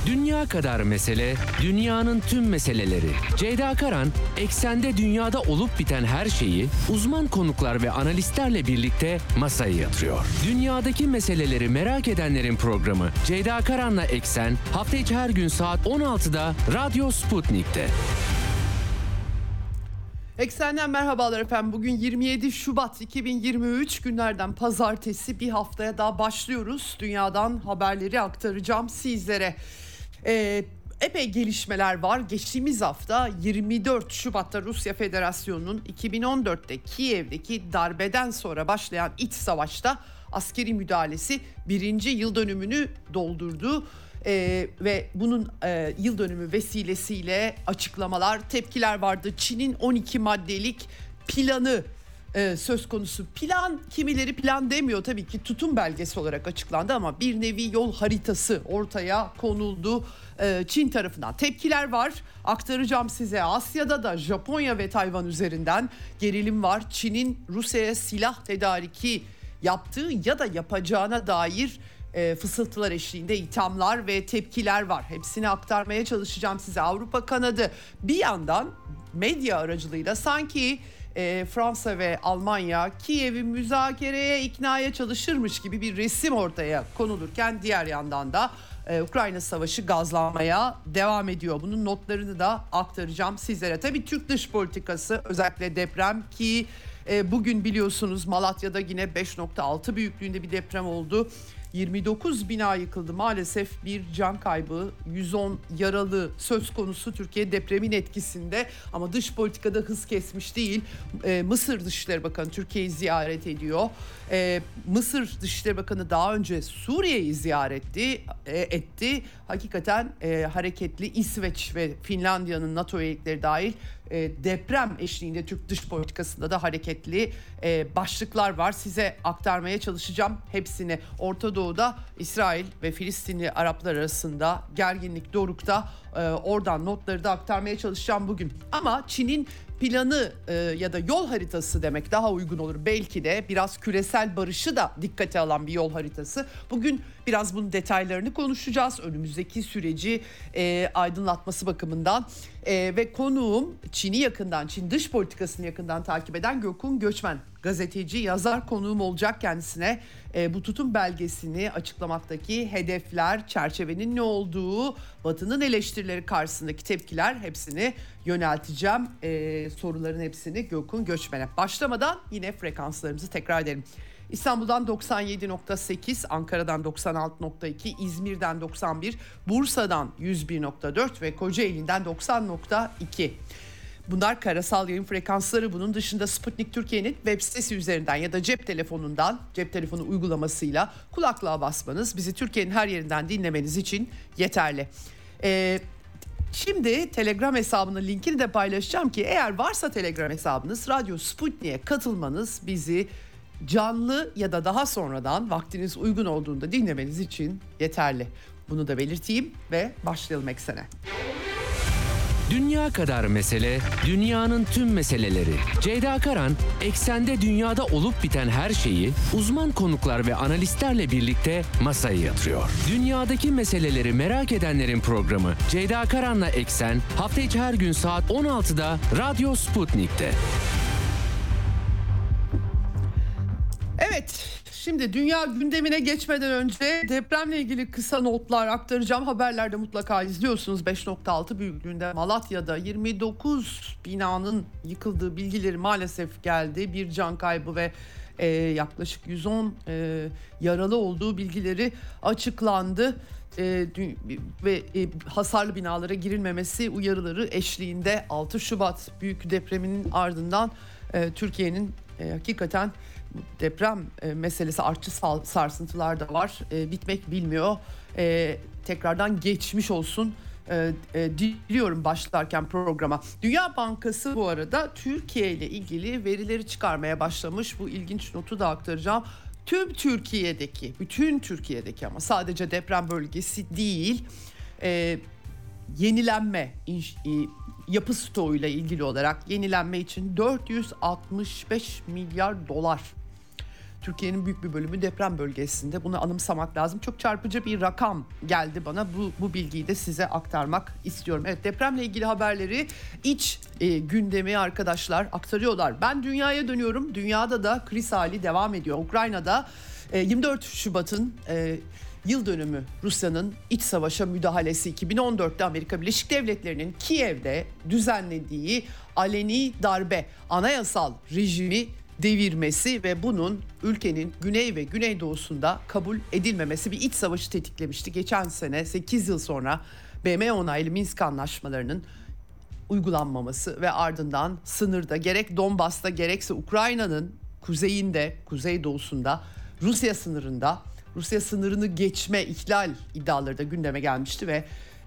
Dünya kadar mesele, dünyanın tüm meseleleri. Ceyda Karan, eksende dünyada olup biten her şeyi uzman konuklar ve analistlerle birlikte masaya yatırıyor. Dünyadaki meseleleri merak edenlerin programı Ceyda Karan'la Eksen hafta içi her gün saat 16'da Radyo Sputnik'te. Eksen'den merhabalar efendim. Bugün 27 Şubat 2023 günlerden pazartesi, bir haftaya daha başlıyoruz. Dünyadan haberleri aktaracağım sizlere. Epey gelişmeler var. Geçtiğimiz hafta 24 Şubat'ta Rusya Federasyonu'nun 2014'te Kiev'deki darbeden sonra başlayan iç savaşta askeri müdahalesi 1. yıl dönümünü doldurdu. Ve bunun yıl dönümü vesilesiyle açıklamalar, tepkiler vardı. Çin'in 12 maddelik planı söz konusu. Plan, kimileri plan demiyor tabii ki, tutum belgesi olarak açıklandı ama bir nevi yol haritası ortaya konuldu. Çin tarafından tepkiler var, aktaracağım size. Asya'da da Japonya ve Tayvan üzerinden gerilim var. Çin'in Rusya'ya silah tedariki yaptığı ya da yapacağına dair fısıltılar eşliğinde ithamlar ve tepkiler var. Hepsini aktarmaya çalışacağım size. Avrupa kanadı bir yandan medya aracılığıyla sanki Fransa ve Almanya Kiev'i müzakereye, iknaya çalışırmış gibi bir resim ortaya konulurken, diğer yandan da Ukrayna savaşı gazlanmaya devam ediyor. Bunun notlarını da aktaracağım sizlere. Tabii Türk dış politikası, özellikle deprem ki bugün biliyorsunuz Malatya'da yine 5.6 büyüklüğünde bir deprem oldu. 29 bina yıkıldı. Maalesef bir can kaybı, 110 yaralı söz konusu Türkiye depremin etkisinde. Ama dış politikada hız kesmiş değil. Mısır Dışişleri Bakanı Türkiye'yi ziyaret ediyor. Mısır Dışişleri Bakanı daha önce Suriye'yi ziyaret etti. Hakikaten hareketli. İsveç ve Finlandiya'nın NATO üyelikleri dahil deprem eşliğinde Türk dış politikasında da hareketli başlıklar var. Size aktarmaya çalışacağım hepsini. Orta Doğu'da İsrail ve Filistinli Araplar arasında gerginlik dorukta. Oradan notları da aktarmaya çalışacağım bugün. Ama Çin'in planı ya da yol haritası demek daha uygun olur. Belki de biraz küresel barışı da dikkate alan bir yol haritası. Bugün biraz bunun detaylarını konuşacağız. Önümüzdeki süreci aydınlatması bakımından. Ve konuğum Çin'i yakından, Çin dış politikasını yakından takip eden Gökhan Göçmen. Gazeteci, yazar konuğum olacak kendisine. Bu tutum belgesini açıklamaktaki hedefler, çerçevenin ne olduğu, Batı'nın eleştirileri karşısındaki tepkiler, hepsini yönelteceğim. Soruların hepsini Gökhan Göçmen'e. Başlamadan yine frekanslarımızı tekrar edelim. İstanbul'dan 97.8, Ankara'dan 96.2, İzmir'den 91, Bursa'dan 101.4 ve Kocaeli'nden 90.2. Bunlar karasal yayın frekansları. Bunun dışında Sputnik Türkiye'nin web sitesi üzerinden ya da cep telefonu uygulamasıyla kulaklığa basmanız bizi Türkiye'nin her yerinden dinlemeniz için yeterli. Şimdi Telegram hesabının linkini de paylaşacağım ki eğer varsa Telegram hesabınız, Radyo Sputnik'e katılmanız bizi canlı ya da daha sonradan vaktiniz uygun olduğunda dinlemeniz için yeterli. Bunu da belirteyim ve başlayalım Eksen'e. Dünya kadar mesele, dünyanın tüm meseleleri. Ceyda Karan, eksende dünyada olup biten her şeyi uzman konuklar ve analistlerle birlikte masaya yatırıyor. Dünyadaki meseleleri merak edenlerin programı Ceyda Karan'la Eksen hafta içi her gün saat 16'da Radyo Sputnik'te. Evet, şimdi dünya gündemine geçmeden önce depremle ilgili kısa notlar aktaracağım. Haberlerde mutlaka izliyorsunuz. 5.6 büyüklüğünde Malatya'da 29 binanın yıkıldığı bilgileri maalesef geldi. Bir can kaybı ve yaklaşık 110 yaralı olduğu bilgileri açıklandı. Ve hasarlı binalara girilmemesi uyarıları eşliğinde 6 Şubat büyük depreminin ardından Türkiye'nin hakikaten deprem meselesi, artçı sarsıntılar da var. Bitmek bilmiyor. Tekrardan geçmiş olsun diliyorum başlarken programa. Dünya Bankası bu arada Türkiye ile ilgili verileri çıkarmaya başlamış. Bu ilginç notu da aktaracağım. Tüm Türkiye'deki, bütün Türkiye'deki ama sadece deprem bölgesi değil, yenilenme, yapı stoğuyla ilgili olarak yenilenme için 465 milyar dolar Türkiye'nin büyük bir bölümü deprem bölgesinde. Bunu anımsamak lazım. Çok çarpıcı bir rakam geldi bana. Bu bilgiyi de size aktarmak istiyorum. Evet, depremle ilgili haberleri iç gündemi arkadaşlar aktarıyorlar. Ben dünyaya dönüyorum. Dünyada da kriz hali devam ediyor. Ukrayna'da 24 Şubat'ın yıl dönümü Rusya'nın iç savaşa müdahalesi. 2014'te Amerika Birleşik Devletleri'nin Kiev'de düzenlediği aleni darbe, anayasal rejimi devirmesi ve bunun ülkenin güney ve güneydoğusunda kabul edilmemesi bir iç savaşı tetiklemişti. Geçen sene 8 yıl sonra BM onaylı Minsk anlaşmalarının uygulanmaması ve ardından sınırda gerek Donbas'ta gerekse Ukrayna'nın kuzeyinde, kuzeydoğusunda, Rusya sınırını geçme, ihlal iddiaları da gündeme gelmişti ve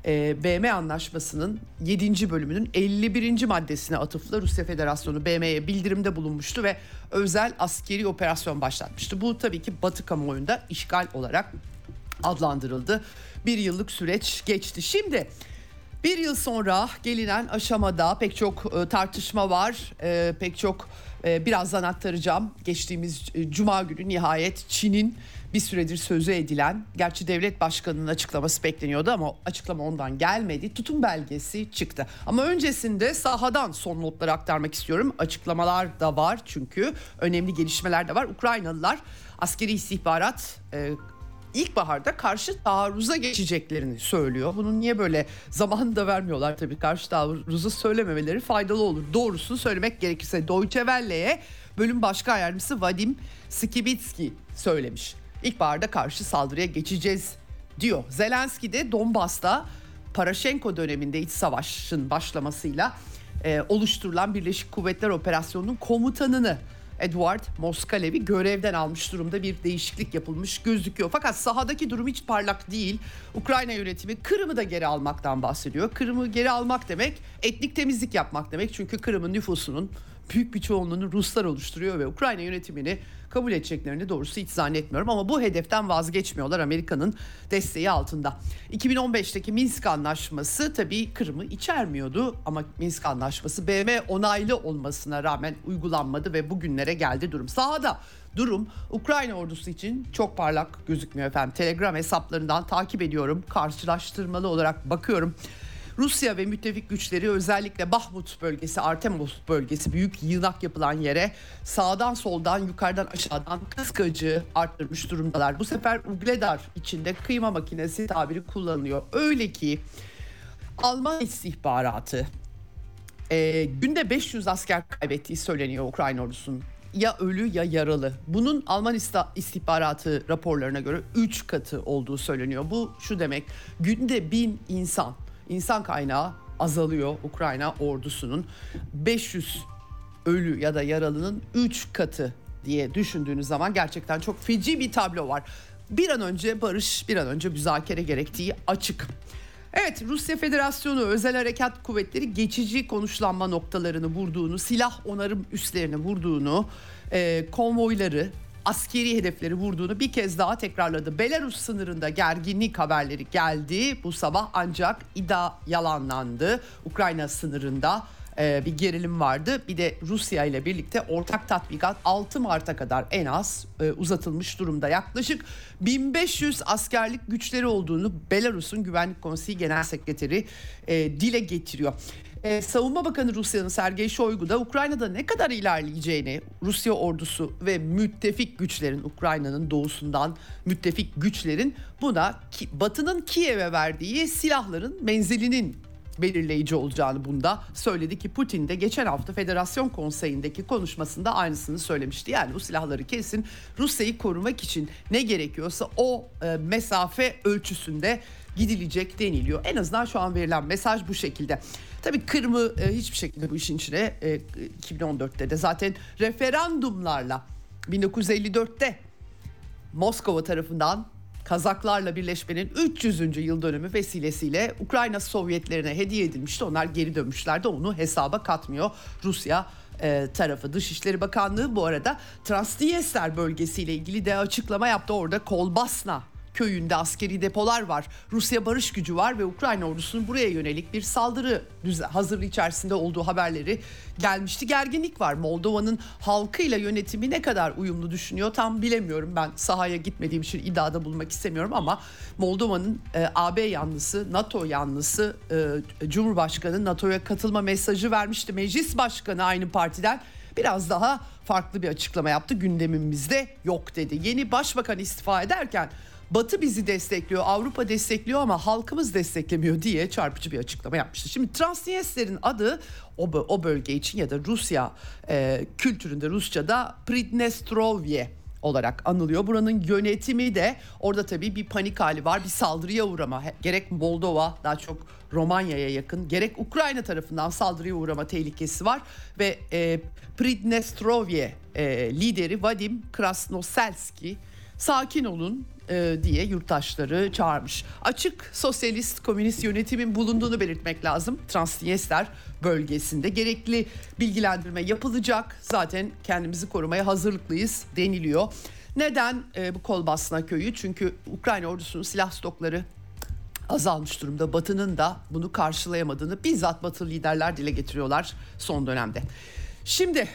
BM Anlaşması'nın 7. bölümünün 51. maddesine atıfla Rusya Federasyonu BM'ye bildirimde bulunmuştu ve özel askeri operasyon başlatmıştı. Bu tabii ki Batı kamuoyunda işgal olarak adlandırıldı. Bir yıllık süreç geçti. Şimdi bir yıl sonra gelinen aşamada pek çok tartışma var, pek çok birazdan aktaracağım. Geçtiğimiz Cuma günü nihayet Çin'in bir süredir sözü edilen, gerçi devlet başkanının açıklaması bekleniyordu ama açıklama ondan gelmedi. Tutum belgesi çıktı. Ama öncesinde sahadan son notları aktarmak istiyorum. Açıklamalar da var çünkü önemli gelişmeler de var. Ukraynalılar askeri istihbarat İlkbaharda karşı taarruza geçeceklerini söylüyor. Bunun niye böyle zamanını da vermiyorlar tabii. Karşı taarruzu söylememeleri faydalı olur. Doğrusunu söylemek gerekirse Deutsche Welle'ye bölüm başkan yardımcısı Vadim Skibitski söylemiş. İlkbaharda karşı saldırıya geçeceğiz diyor. Zelenski de Donbas'ta Paraşenko döneminde iç savaşın başlamasıyla oluşturulan Birleşik Kuvvetler Operasyonu'nun komutanını Eduard Moskalev'i görevden almış durumda, bir değişiklik yapılmış gözüküyor. Fakat sahadaki durum hiç parlak değil. Ukrayna yönetimi Kırım'ı da geri almaktan bahsediyor. Kırım'ı geri almak demek etnik temizlik yapmak demek. Çünkü Kırım'ın nüfusunun büyük bir çoğunluğunu Ruslar oluşturuyor ve Ukrayna yönetimini kabul edeceklerini doğrusu hiç zannetmiyorum. Ama bu hedeften vazgeçmiyorlar Amerika'nın desteği altında. 2015'teki Minsk Anlaşması tabii Kırım'ı içermiyordu ama Minsk Anlaşması BM onaylı olmasına rağmen uygulanmadı ve bugünlere geldi durum. Sahada durum Ukrayna ordusu için çok parlak gözükmüyor efendim. Telegram hesaplarından takip ediyorum, karşılaştırmalı olarak bakıyorum. Rusya ve müttefik güçleri özellikle Bahmut bölgesi, Artemovsk bölgesi, büyük yığınak yapılan yere sağdan soldan yukarıdan aşağıdan kıskacı arttırmış durumdalar. Bu sefer Ugledar içinde kıyma makinesi tabiri kullanılıyor. Öyle ki Alman istihbaratı günde 500 asker kaybettiği söyleniyor Ukrayna ordusunun. Ya ölü ya yaralı. Bunun Alman istihbaratı raporlarına göre 3 katı olduğu söyleniyor. Bu şu demek: günde 1000 insan kaynağı azalıyor Ukrayna ordusunun. 500 ölü ya da yaralının 3 katı diye düşündüğünüz zaman gerçekten çok feci bir tablo var. Bir an önce barış, bir an önce müzakere gerektiği açık. Evet, Rusya Federasyonu Özel Harekat Kuvvetleri geçici konuşlanma noktalarını vurduğunu, silah onarım üslerini vurduğunu, konvoyları, askeri hedefleri vurduğunu bir kez daha tekrarladı. Belarus sınırında gerginlik haberleri geldi bu sabah ancak iddia yalanlandı. Ukrayna sınırında bir gerilim vardı. Bir de Rusya ile birlikte ortak tatbikat 6 Mart'a kadar en az uzatılmış durumda. Yaklaşık 1500 askerlik güçleri olduğunu Belarus'un Güvenlik Konseyi Genel Sekreteri dile getiriyor. Savunma Bakanı Rusya'nın Sergey Shoigu da Ukrayna'da ne kadar ilerleyeceğini, Rusya ordusu ve müttefik güçlerin, Ukrayna'nın doğusundan müttefik güçlerin buna Batı'nın Kiev'e verdiği silahların menzilinin belirleyici olacağını bunda söyledi ki Putin de geçen hafta Federasyon Konseyi'ndeki konuşmasında aynısını söylemişti. Yani bu silahları kesin Rusya'yı korumak için ne gerekiyorsa o mesafe ölçüsünde gidilecek deniliyor. En azından şu an verilen mesaj bu şekilde. Tabii Kırım'ı hiçbir şekilde bu işin içine 2014'te de zaten referandumlarla 1954'te Moskova tarafından Kazaklarla birleşmenin 300. yıl dönümü vesilesiyle Ukrayna Sovyetlerine hediye edilmişti. Onlar geri dönmüşlerdi. Onu hesaba katmıyor Rusya tarafı. Dışişleri Bakanlığı bu arada Transnistria bölgesiyle ilgili de açıklama yaptı. Orada Kolbasna köyünde askeri depolar var. Rusya barış gücü var ve Ukrayna ordusunun buraya yönelik bir saldırı hazırlığı içerisinde olduğu haberleri gelmişti. Gerginlik var. Moldova'nın halkıyla yönetimi ne kadar uyumlu düşünüyor tam bilemiyorum. Ben sahaya gitmediğim için iddiada bulunmak istemiyorum ama Moldova'nın AB yanlısı, NATO yanlısı Cumhurbaşkanı NATO'ya katılma mesajı vermişti. Meclis Başkanı aynı partiden biraz daha farklı bir açıklama yaptı. Gündemimizde yok dedi. Yeni başbakan istifa ederken Batı bizi destekliyor, Avrupa destekliyor ama halkımız desteklemiyor diye çarpıcı bir açıklama yapmıştı. Şimdi Transnistr'in adı o bölge için ya da Rusya kültüründe Rusça'da Pridnestrovye olarak anılıyor. Buranın yönetimi de orada tabii bir panik hali var, bir saldırıya uğrama. Gerek Moldova, daha çok Romanya'ya yakın, gerek Ukrayna tarafından saldırıya uğrama tehlikesi var ve Pridnestrovye lideri Vadim Krasnoselski sakin olun diye yurttaşları çağırmış. Açık sosyalist komünist yönetimin bulunduğunu belirtmek lazım. Transnistr bölgesinde gerekli bilgilendirme yapılacak. Zaten kendimizi korumaya hazırlıklıyız deniliyor. Neden bu Kolbasna köyü? Çünkü Ukrayna ordusunun silah stokları azalmış durumda. Batı'nın da bunu karşılayamadığını bizzat Batı liderler dile getiriyorlar son dönemde. Şimdi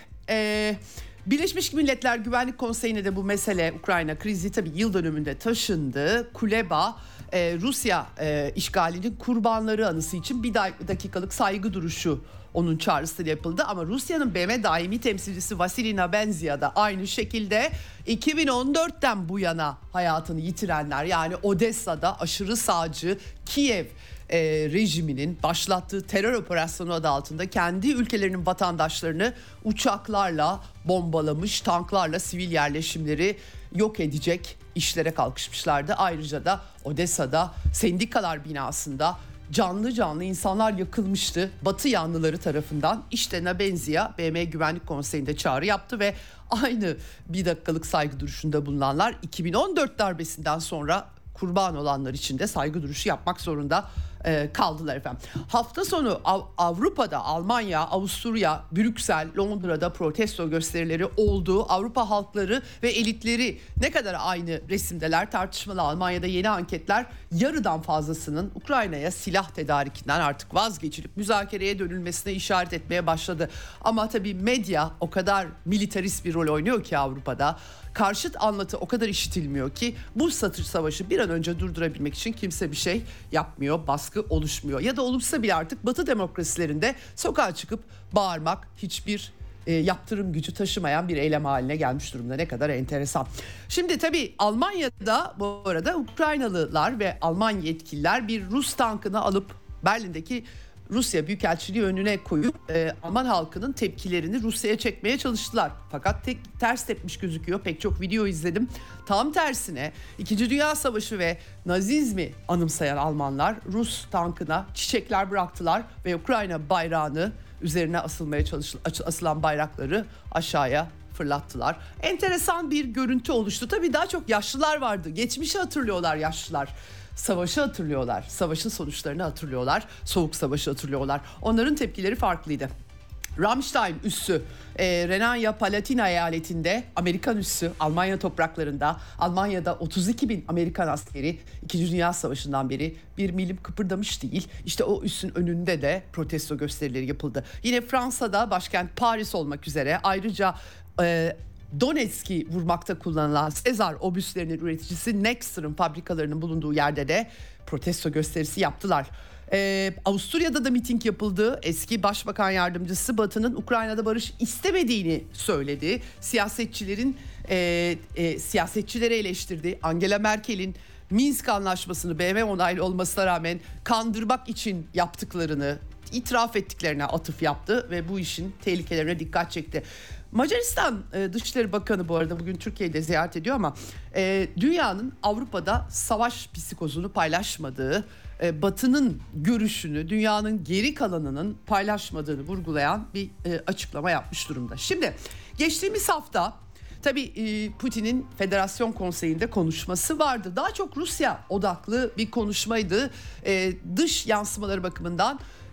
Birleşmiş Milletler Güvenlik Konseyi'ne de bu mesele, Ukrayna krizi tabii yıl dönümünde taşındı. Kuleba Rusya işgalinin kurbanları anısı için bir dakikalık saygı duruşu onun çağrısıyla yapıldı. Ama Rusya'nın BM daimi temsilcisi Vasily Nebenzia da aynı şekilde 2014'ten bu yana hayatını yitirenler, yani Odessa'da aşırı sağcı Kiev rejiminin başlattığı terör operasyonu adı altında kendi ülkelerinin vatandaşlarını uçaklarla bombalamış, tanklarla sivil yerleşimleri yok edecek işlere kalkışmışlardı. Ayrıca da Odessa'da sendikalar binasında canlı canlı insanlar yakılmıştı Batı yanlıları tarafından. İşte Nebenzia BM Güvenlik Konseyi'nde çağrı yaptı ve aynı bir dakikalık saygı duruşunda bulunanlar 2014 darbesinden sonra kurban olanlar için de saygı duruşu yapmak zorunda kaldılar efendim. Hafta sonu Avrupa'da Almanya, Avusturya, Brüksel, Londra'da protesto gösterileri oldu. Avrupa halkları ve elitleri ne kadar aynı resimdeler tartışmalı. Almanya'da yeni anketler yarıdan fazlasının Ukrayna'ya silah tedarikinden artık vazgeçilip müzakereye dönülmesine işaret etmeye başladı. Ama tabii medya o kadar militarist bir rol oynuyor ki Avrupa'da. Karşıt anlatı o kadar işitilmiyor ki bu satış savaşı bir an önce durdurabilmek için kimse bir şey yapmıyor, baskı oluşmuyor. Ya da olursa bile artık Batı demokrasilerinde sokağa çıkıp bağırmak hiçbir yaptırım gücü taşımayan bir eylem haline gelmiş durumda. Ne kadar enteresan. Şimdi tabii Almanya'da bu arada Ukraynalılar ve Alman yetkililer bir Rus tankını alıp Berlin'deki Rusya Büyükelçiliği önüne koyup Alman halkının tepkilerini Rusya'ya çekmeye çalıştılar. Fakat ters tepmiş gözüküyor. Pek çok video izledim. Tam tersine 2. Dünya Savaşı ve Nazizmi anımsayan Almanlar Rus tankına çiçekler bıraktılar ve Ukrayna bayrağını üzerine asılan bayrakları aşağıya fırlattılar. Enteresan bir görüntü oluştu. Tabii daha çok yaşlılar vardı. Geçmişi hatırlıyorlar yaşlılar. Savaşı hatırlıyorlar. Savaşın sonuçlarını hatırlıyorlar. Soğuk Savaşı hatırlıyorlar. Onların tepkileri farklıydı. Rammstein üssü Renania-Palatina eyaletinde Amerikan üssü Almanya topraklarında, Almanya'da 32 bin Amerikan askeri 2. Dünya Savaşı'ndan beri bir milim kıpırdamış değil. İşte o üssün önünde de protesto gösterileri yapıldı. Yine Fransa'da başkent Paris olmak üzere ayrıca Donetsk'i vurmakta kullanılan Sezar obüslerinin üreticisi Nexter'ın fabrikalarının bulunduğu yerde de protesto gösterisi yaptılar. Avusturya'da da miting yapıldı. Eski Başbakan Yardımcısı Batı'nın Ukrayna'da barış istemediğini söyledi. Siyasetçileri eleştirdi. Angela Merkel'in Minsk Anlaşması'nı BM onaylı olmasına rağmen kandırmak için yaptıklarını itiraf ettiklerine atıf yaptı ve bu işin tehlikelerine dikkat çekti. Macaristan Dışişleri Bakanı bu arada bugün Türkiye'de ziyaret ediyor ama dünyanın Avrupa'da savaş psikozunu paylaşmadığı, Batı'nın görüşünü dünyanın geri kalanının paylaşmadığını vurgulayan bir açıklama yapmış durumda. Şimdi geçtiğimiz hafta tabii Putin'in Federasyon Konseyi'nde konuşması vardı. Daha çok Rusya odaklı bir konuşmaydı. Dış yansımaları bakımından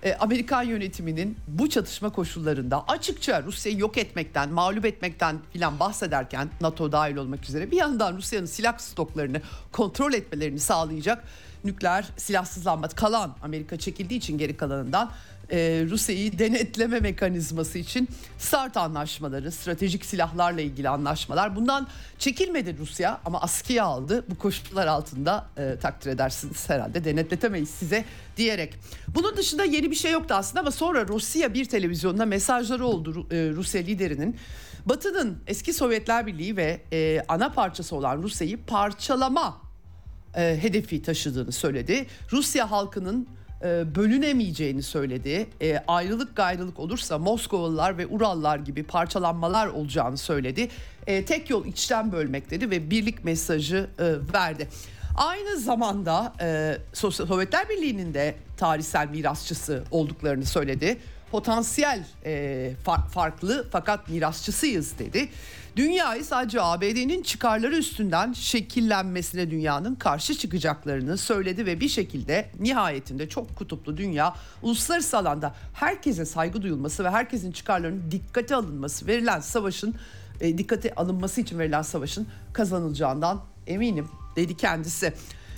Amerikan yönetiminin bu çatışma koşullarında açıkça Rusya'yı yok etmekten, mağlup etmekten filan bahsederken, NATO dahil olmak üzere, bir yandan Rusya'nın silah stoklarını kontrol etmelerini sağlayacak nükleer silahsızlanma kalan, Amerika çekildiği için geri kalanından Rusya'yı denetleme mekanizması için START anlaşmaları, stratejik silahlarla ilgili anlaşmalar, bundan çekilmedi Rusya ama askıya aldı. Bu koşullar altında takdir edersiniz herhalde denetletemeyiz size diyerek. Bunun dışında yeni bir şey yoktu aslında ama sonra Rusya bir televizyonda mesajları oldu Rusya liderinin. Batı'nın eski Sovyetler Birliği ve ana parçası olan Rusya'yı parçalama hedefi taşıdığını söyledi. Rusya halkının bölünemeyeceğini söyledi. Ayrılık gayrılık olursa Moskovalılar ve Urallar gibi parçalanmalar olacağını söyledi. Tek yol içten bölmek dedi ve birlik mesajı verdi. Aynı zamanda Sovyetler Birliği'nin de tarihsel mirasçısı olduklarını söyledi. Potansiyel farklı fakat mirasçısıyız dedi. Dünyayı sadece ABD'nin çıkarları üstünden şekillenmesine dünyanın karşı çıkacaklarını söyledi ve bir şekilde nihayetinde çok kutuplu dünya uluslararası alanda herkese saygı duyulması ve herkesin çıkarlarının dikkate alınması, verilen savaşın dikkate alınması için verilen savaşın kazanılacağından eminim dedi kendisi.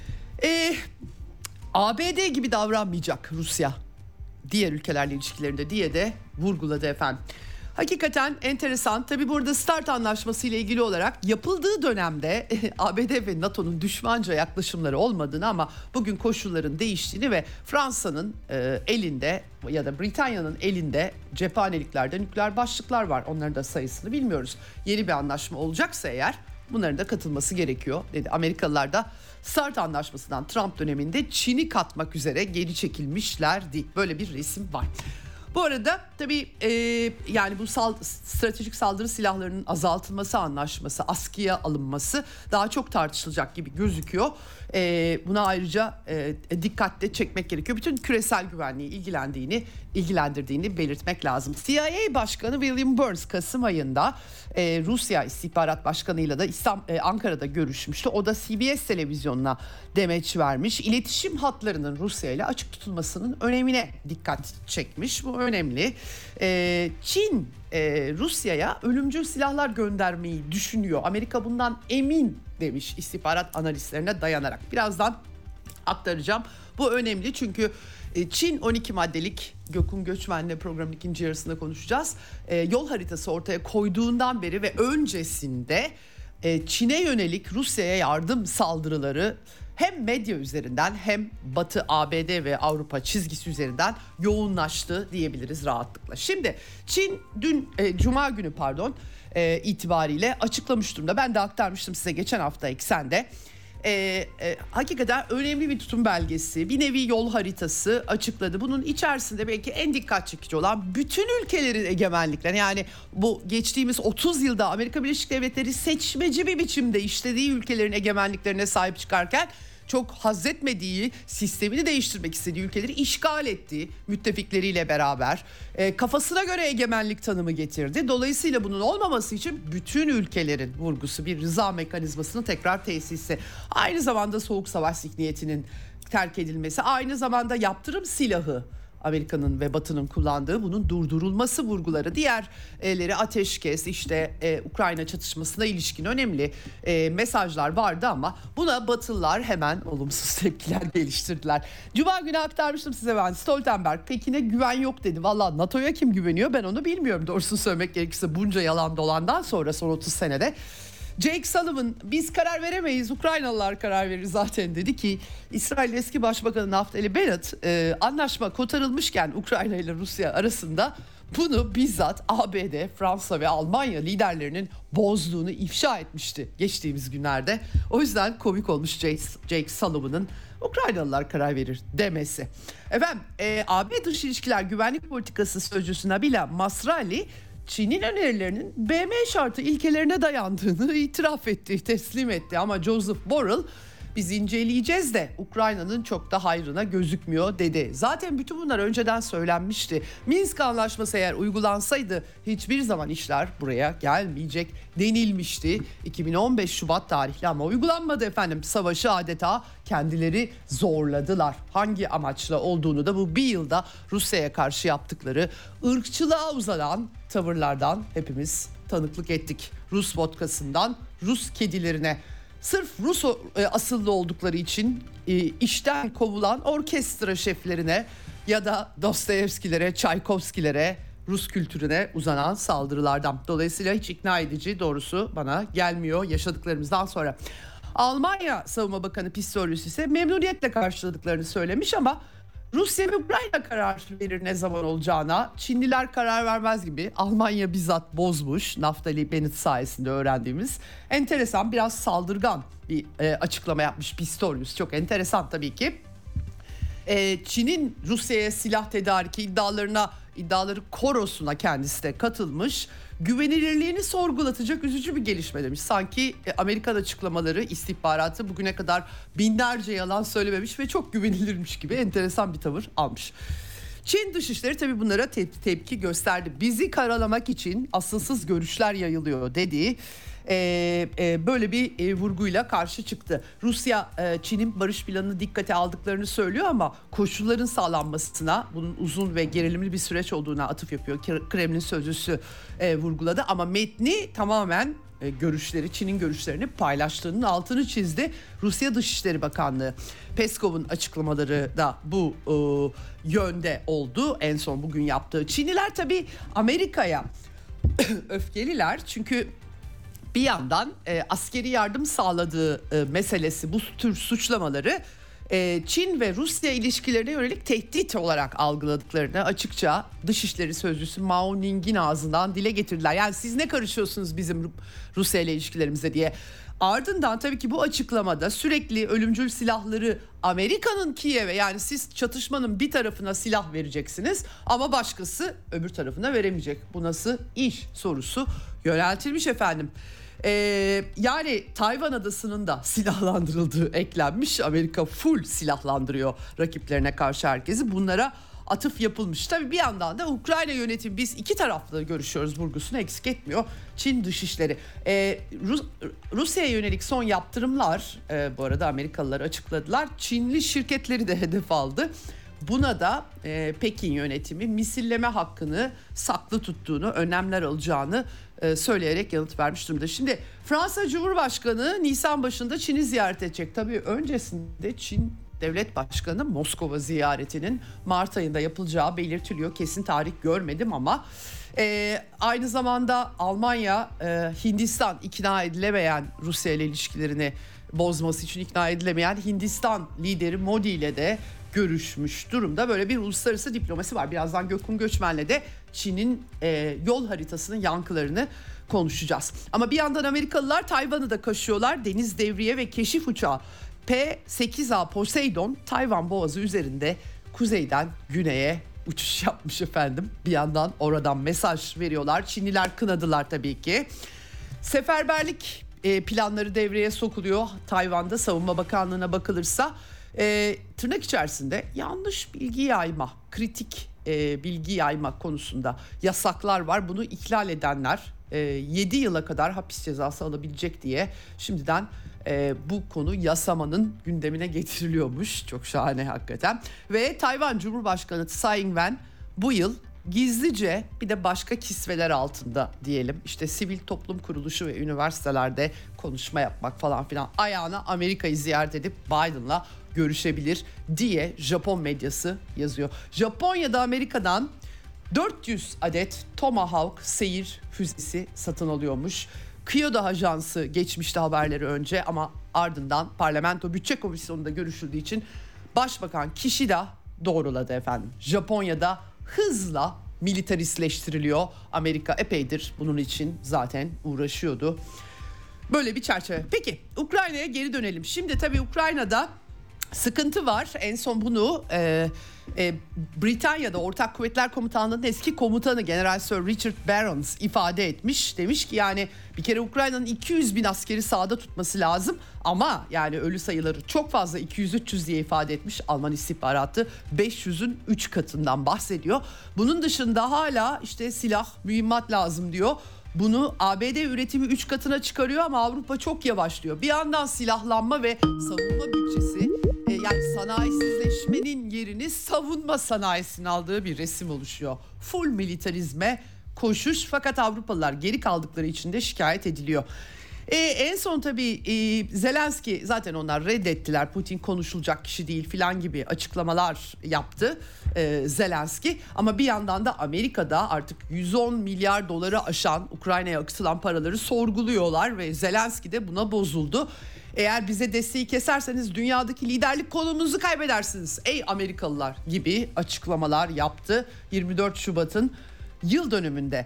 ABD gibi davranmayacak Rusya diğer ülkelerle ilişkilerinde diye de vurguladı efendim. Hakikaten enteresan. Tabii burada START anlaşması ile ilgili olarak yapıldığı dönemde ABD ve NATO'nun düşmanca yaklaşımları olmadığını ama bugün koşulların değiştiğini ve Fransa'nın elinde ya da Britanya'nın elinde cephaneliklerde nükleer başlıklar var. Onların da sayısını bilmiyoruz. Yeni bir anlaşma olacaksa eğer bunların da katılması gerekiyor dedi. Amerikalılar da START anlaşmasından Trump döneminde Çin'i katmak üzere geri çekilmişlerdi. Böyle bir resim var. Bu arada tabii yani bu stratejik saldırı silahlarının azaltılması anlaşması, askıya alınması daha çok tartışılacak gibi gözüküyor. Buna ayrıca dikkatle çekmek gerekiyor. Bütün küresel güvenliği ilgilendirdiğini belirtmek lazım. CIA Başkanı William Burns Kasım ayında Rusya İstihbarat Başkanı'yla da Ankara'da görüşmüştü. O da CBS televizyonuna demeç vermiş. İletişim hatlarının Rusya ile açık tutulmasının önemine dikkat çekmiş. Bu önemli. Çin Rusya'ya ölümcül silahlar göndermeyi düşünüyor. Amerika bundan emin demiş istihbarat analistlerine dayanarak. Birazdan aktaracağım. Bu önemli çünkü Çin 12 maddelik Gökhan Göçmen'le programın ikinci yarısında konuşacağız. Yol haritası ortaya koyduğundan beri ve öncesinde Çin'e yönelik Rusya'ya yardım saldırıları hem medya üzerinden hem Batı, ABD ve Avrupa çizgisi üzerinden yoğunlaştı diyebiliriz rahatlıkla. Şimdi Çin dün Cuma günü itibariyle açıklamış durumda. Ben de aktarmıştım size geçen hafta Eksen'de. Hakikaten önemli bir tutum belgesi, bir nevi yol haritası açıkladı. Bunun içerisinde belki en dikkat çekici olan bütün ülkelerin egemenlikleri, yani bu geçtiğimiz 30 yılda Amerika Birleşik Devletleri seçmeci bir biçimde işlediği ülkelerin egemenliklerine sahip çıkarken çok haz etmediği, sistemini değiştirmek istediği ülkeleri işgal ettiği müttefikleriyle beraber kafasına göre egemenlik tanımı getirdi. Dolayısıyla bunun olmaması için bütün ülkelerin vurgusu, bir rıza mekanizmasının tekrar tesisi. Aynı zamanda soğuk savaş zihniyetinin terk edilmesi, aynı zamanda yaptırım silahı Amerika'nın ve Batı'nın kullandığı bunun durdurulması vurguları, diğerleri ateşkes, Ukrayna çatışmasına ilişkin önemli mesajlar vardı ama buna Batılılar hemen olumsuz tepkiler geliştirdiler. Cuma günü aktarmıştım size ben. Stoltenberg Pekin'e güven yok dedi. Valla NATO'ya kim güveniyor ben onu bilmiyorum doğrusunu söylemek gerekirse bunca yalan dolandan sonra son 30 senede. Jake Sullivan biz karar veremeyiz, Ukraynalılar karar verir zaten dedi ki İsrail eski Başbakanı Naftali Bennett anlaşma kotarılmışken Ukrayna ile Rusya arasında bunu bizzat ABD, Fransa ve Almanya liderlerinin bozduğunu ifşa etmişti geçtiğimiz günlerde. O yüzden komik olmuş Jake Sullivan'ın Ukraynalılar karar verir demesi. Efendim AB Dış İlişkiler Güvenlik Politikası Sözcüsü Nabila Masrali Çin'in önerilerinin BM şartı ilkelerine dayandığını itiraf etti, teslim etti. Ama Joseph Borrell biz inceleyeceğiz de Ukrayna'nın çok da hayrına gözükmüyor dedi. Zaten bütün bunlar önceden söylenmişti. Minsk Anlaşması eğer uygulansaydı hiçbir zaman işler buraya gelmeyecek denilmişti. 2015 Şubat tarihli ama uygulanmadı efendim. Savaşı adeta kendileri zorladılar. Hangi amaçla olduğunu da bu bir yılda Rusya'ya karşı yaptıkları ırkçılığa uzanan tavırlardan hepimiz tanıklık ettik. Rus vodkasından Rus kedilerine, sırf Rus asıllı oldukları için işten kovulan orkestra şeflerine ya da Dostoyevskilere, Çaykovskilere, Rus kültürüne uzanan saldırılardan. Dolayısıyla hiç ikna edici doğrusu bana gelmiyor yaşadıklarımızdan sonra. Almanya Savunma Bakanı Pistorius ise memnuniyetle karşıladıklarını söylemiş ama Rusya ve Ukrayna karar verir ne zaman olacağına. Çinliler karar vermez gibi. Almanya bizzat bozmuş. Naftali Bennett sayesinde öğrendiğimiz enteresan, biraz saldırgan bir açıklama yapmış Pistorius. Çok enteresan tabii ki. Çin'in Rusya'ya silah tedariki iddiaları korosuna kendisi de katılmış. Güvenilirliğini sorgulatacak üzücü bir gelişme demiş. Sanki Amerikan açıklamaları, istihbaratı bugüne kadar binlerce yalan söylememiş ve çok güvenilirmiş gibi enteresan bir tavır almış. Çin Dışişleri tabii bunlara tepki gösterdi. Bizi karalamak için asılsız görüşler yayılıyor dediği böyle bir vurguyla karşı çıktı. Rusya Çin'in barış planını dikkate aldıklarını söylüyor ama koşulların sağlanmasına, bunun uzun ve gerilimli bir süreç olduğuna atıf yapıyor. Kremlin sözcüsü vurguladı ama metni tamamen görüşleri, Çin'in görüşlerini paylaştığının altını çizdi. Rusya Dışişleri Bakanlığı. Peskov'un açıklamaları da bu yönde oldu. En son bugün yaptığı. Çinliler tabii Amerika'ya öfkeliler çünkü bir yandan askeri yardım sağladığı meselesi, bu tür suçlamaları Çin ve Rusya ilişkilerine yönelik tehdit olarak algıladıklarını açıkça Dışişleri Sözcüsü Mao Ning'in ağzından dile getirdiler. Yani siz ne karışıyorsunuz bizim Rusya ile ilişkilerimize diye. Ardından tabii ki bu açıklamada sürekli ölümcül silahları Amerika'nın Kiev'e, yani siz çatışmanın bir tarafına silah vereceksiniz ama başkası öbür tarafına veremeyecek. Bu nasıl iş sorusu yöneltilmiş efendim. Yani Tayvan Adası'nın da silahlandırıldığı eklenmiş. Amerika full silahlandırıyor rakiplerine karşı herkesi. Bunlara atıf yapılmış. Tabii bir yandan da Ukrayna yönetimi biz iki taraflı görüşüyoruz vurgusunu eksik etmiyor. Çin Dışişleri. Rusya'ya yönelik son yaptırımlar bu arada Amerikalılar açıkladılar. Çinli şirketleri de hedef aldı. Buna da Pekin yönetimi misilleme hakkını saklı tuttuğunu, önlemler alacağını söyleyerek yanıt vermiş durumda. Şimdi Fransa Cumhurbaşkanı Nisan başında Çin'i ziyaret edecek. Tabii öncesinde Çin Devlet Başkanı Moskova ziyaretinin Mart ayında yapılacağı belirtiliyor. Kesin tarih görmedim ama aynı zamanda Almanya, Hindistan ikna edilemeyen Rusya ile ilişkilerini bozması için ikna edilemeyen Hindistan lideri Modi ile de görüşmüş durumda. Böyle bir uluslararası diplomasi var. Birazdan Gökhan Göçmen'le de Çin'in yol haritasının yankılarını konuşacağız. Ama bir yandan Amerikalılar Tayvan'ı da kaşıyorlar. Deniz devriye ve keşif uçağı P-8A Poseidon Tayvan Boğazı üzerinde kuzeyden güneye uçuş yapmış efendim. Bir yandan oradan mesaj veriyorlar. Çinliler kınadılar tabii ki. Seferberlik planları devreye sokuluyor. Tayvan'da Savunma Bakanlığı'na bakılırsa tırnak içerisinde yanlış bilgi yayma, kritik bilgi yayma konusunda yasaklar var. Bunu ihlal edenler 7 yıla kadar hapis cezası alabilecek diye şimdiden bu konu yasamanın gündemine getiriliyormuş. Çok şahane hakikaten. Ve Tayvan Cumhurbaşkanı Tsai Ing-wen bu yıl gizlice, bir de başka kisveler altında diyelim, işte sivil toplum kuruluşu ve üniversitelerde konuşma yapmak falan filan ayağına Amerika'yı ziyaret edip Biden'la görüşebilir diye Japon medyası yazıyor. Japonya'da Amerika'dan 400 adet Tomahawk seyir füzesi satın alıyormuş. Kyoto Ajansı geçmişte haberleri önce ama ardından Parlamento Bütçe Komisyonu'nda görüşüldüğü için Başbakan Kishida doğruladı efendim. Japonya'da hızla militaristleştiriliyor. Amerika epeydir bunun için zaten uğraşıyordu. Böyle bir çerçeve. Peki Ukrayna'ya geri dönelim. Şimdi tabii Ukrayna'da sıkıntı var. En son bunu Britanya'da Ortak Kuvvetler Komutanlığı'nın eski komutanı General Sir Richard Barons ifade etmiş. Demiş ki yani bir kere Ukrayna'nın 200 bin askeri sahada tutması lazım. Ama yani ölü sayıları çok fazla, 200-300 diye ifade etmiş. Alman istihbaratı 500'ün 3 katından bahsediyor. Bunun dışında hala işte silah, mühimmat lazım diyor. Bunu ABD üretimi 3 katına çıkarıyor ama Avrupa çok yavaşlıyor. Bir yandan silahlanma ve savunma bütçesi, yani sanayisizleşmenin yerini savunma sanayisinin aldığı bir resim oluşuyor. Full militarizme koşuş, fakat Avrupalılar geri kaldıkları için de şikayet ediliyor. En son tabii Zelenski, zaten onlar reddettiler. Putin konuşulacak kişi değil filan gibi açıklamalar yaptı Zelenski. Ama bir yandan da Amerika'da artık 110 milyar doları aşan Ukrayna'ya akıtılan paraları sorguluyorlar ve Zelenski de buna bozuldu. Eğer bize desteği keserseniz dünyadaki liderlik konumunuzu kaybedersiniz ey Amerikalılar gibi açıklamalar yaptı 24 Şubat'ın yıl dönümünde.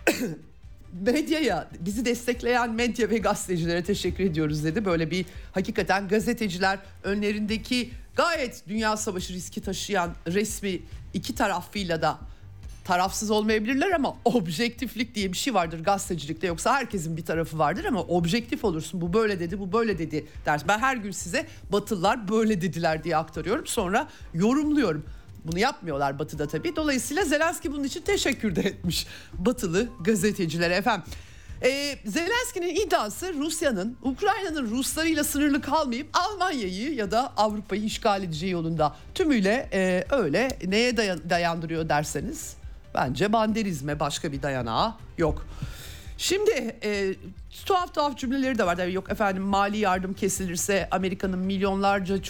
Medyaya, bizi destekleyen medya ve gazetecilere teşekkür ediyoruz dedi. Böyle bir, hakikaten gazeteciler önlerindeki gayet dünya savaşı riski taşıyan resmi iki tarafıyla da tarafsız olmayabilirler ama objektiflik diye bir şey vardır gazetecilikte. Yoksa herkesin bir tarafı vardır ama objektif olursun. Bu böyle dedi, bu böyle dedi dersin. Ben her gün size Batılılar böyle dediler diye aktarıyorum. Sonra yorumluyorum. Bunu yapmıyorlar Batı'da tabii. Dolayısıyla Zelenski bunun için teşekkür de etmiş Batılı gazetecilere efendim. Zelenski'nin iddiası Rusya'nın Ukrayna'nın Ruslarıyla sınırlı kalmayıp Almanya'yı ya da Avrupa'yı işgal edeceği yolunda. Tümüyle öyle. Neye dayandırıyor derseniz bence banderizme, başka bir dayanağı yok. Şimdi tuhaf cümleleri de var. Yani yok efendim, mali yardım kesilirse Amerika milyonlarca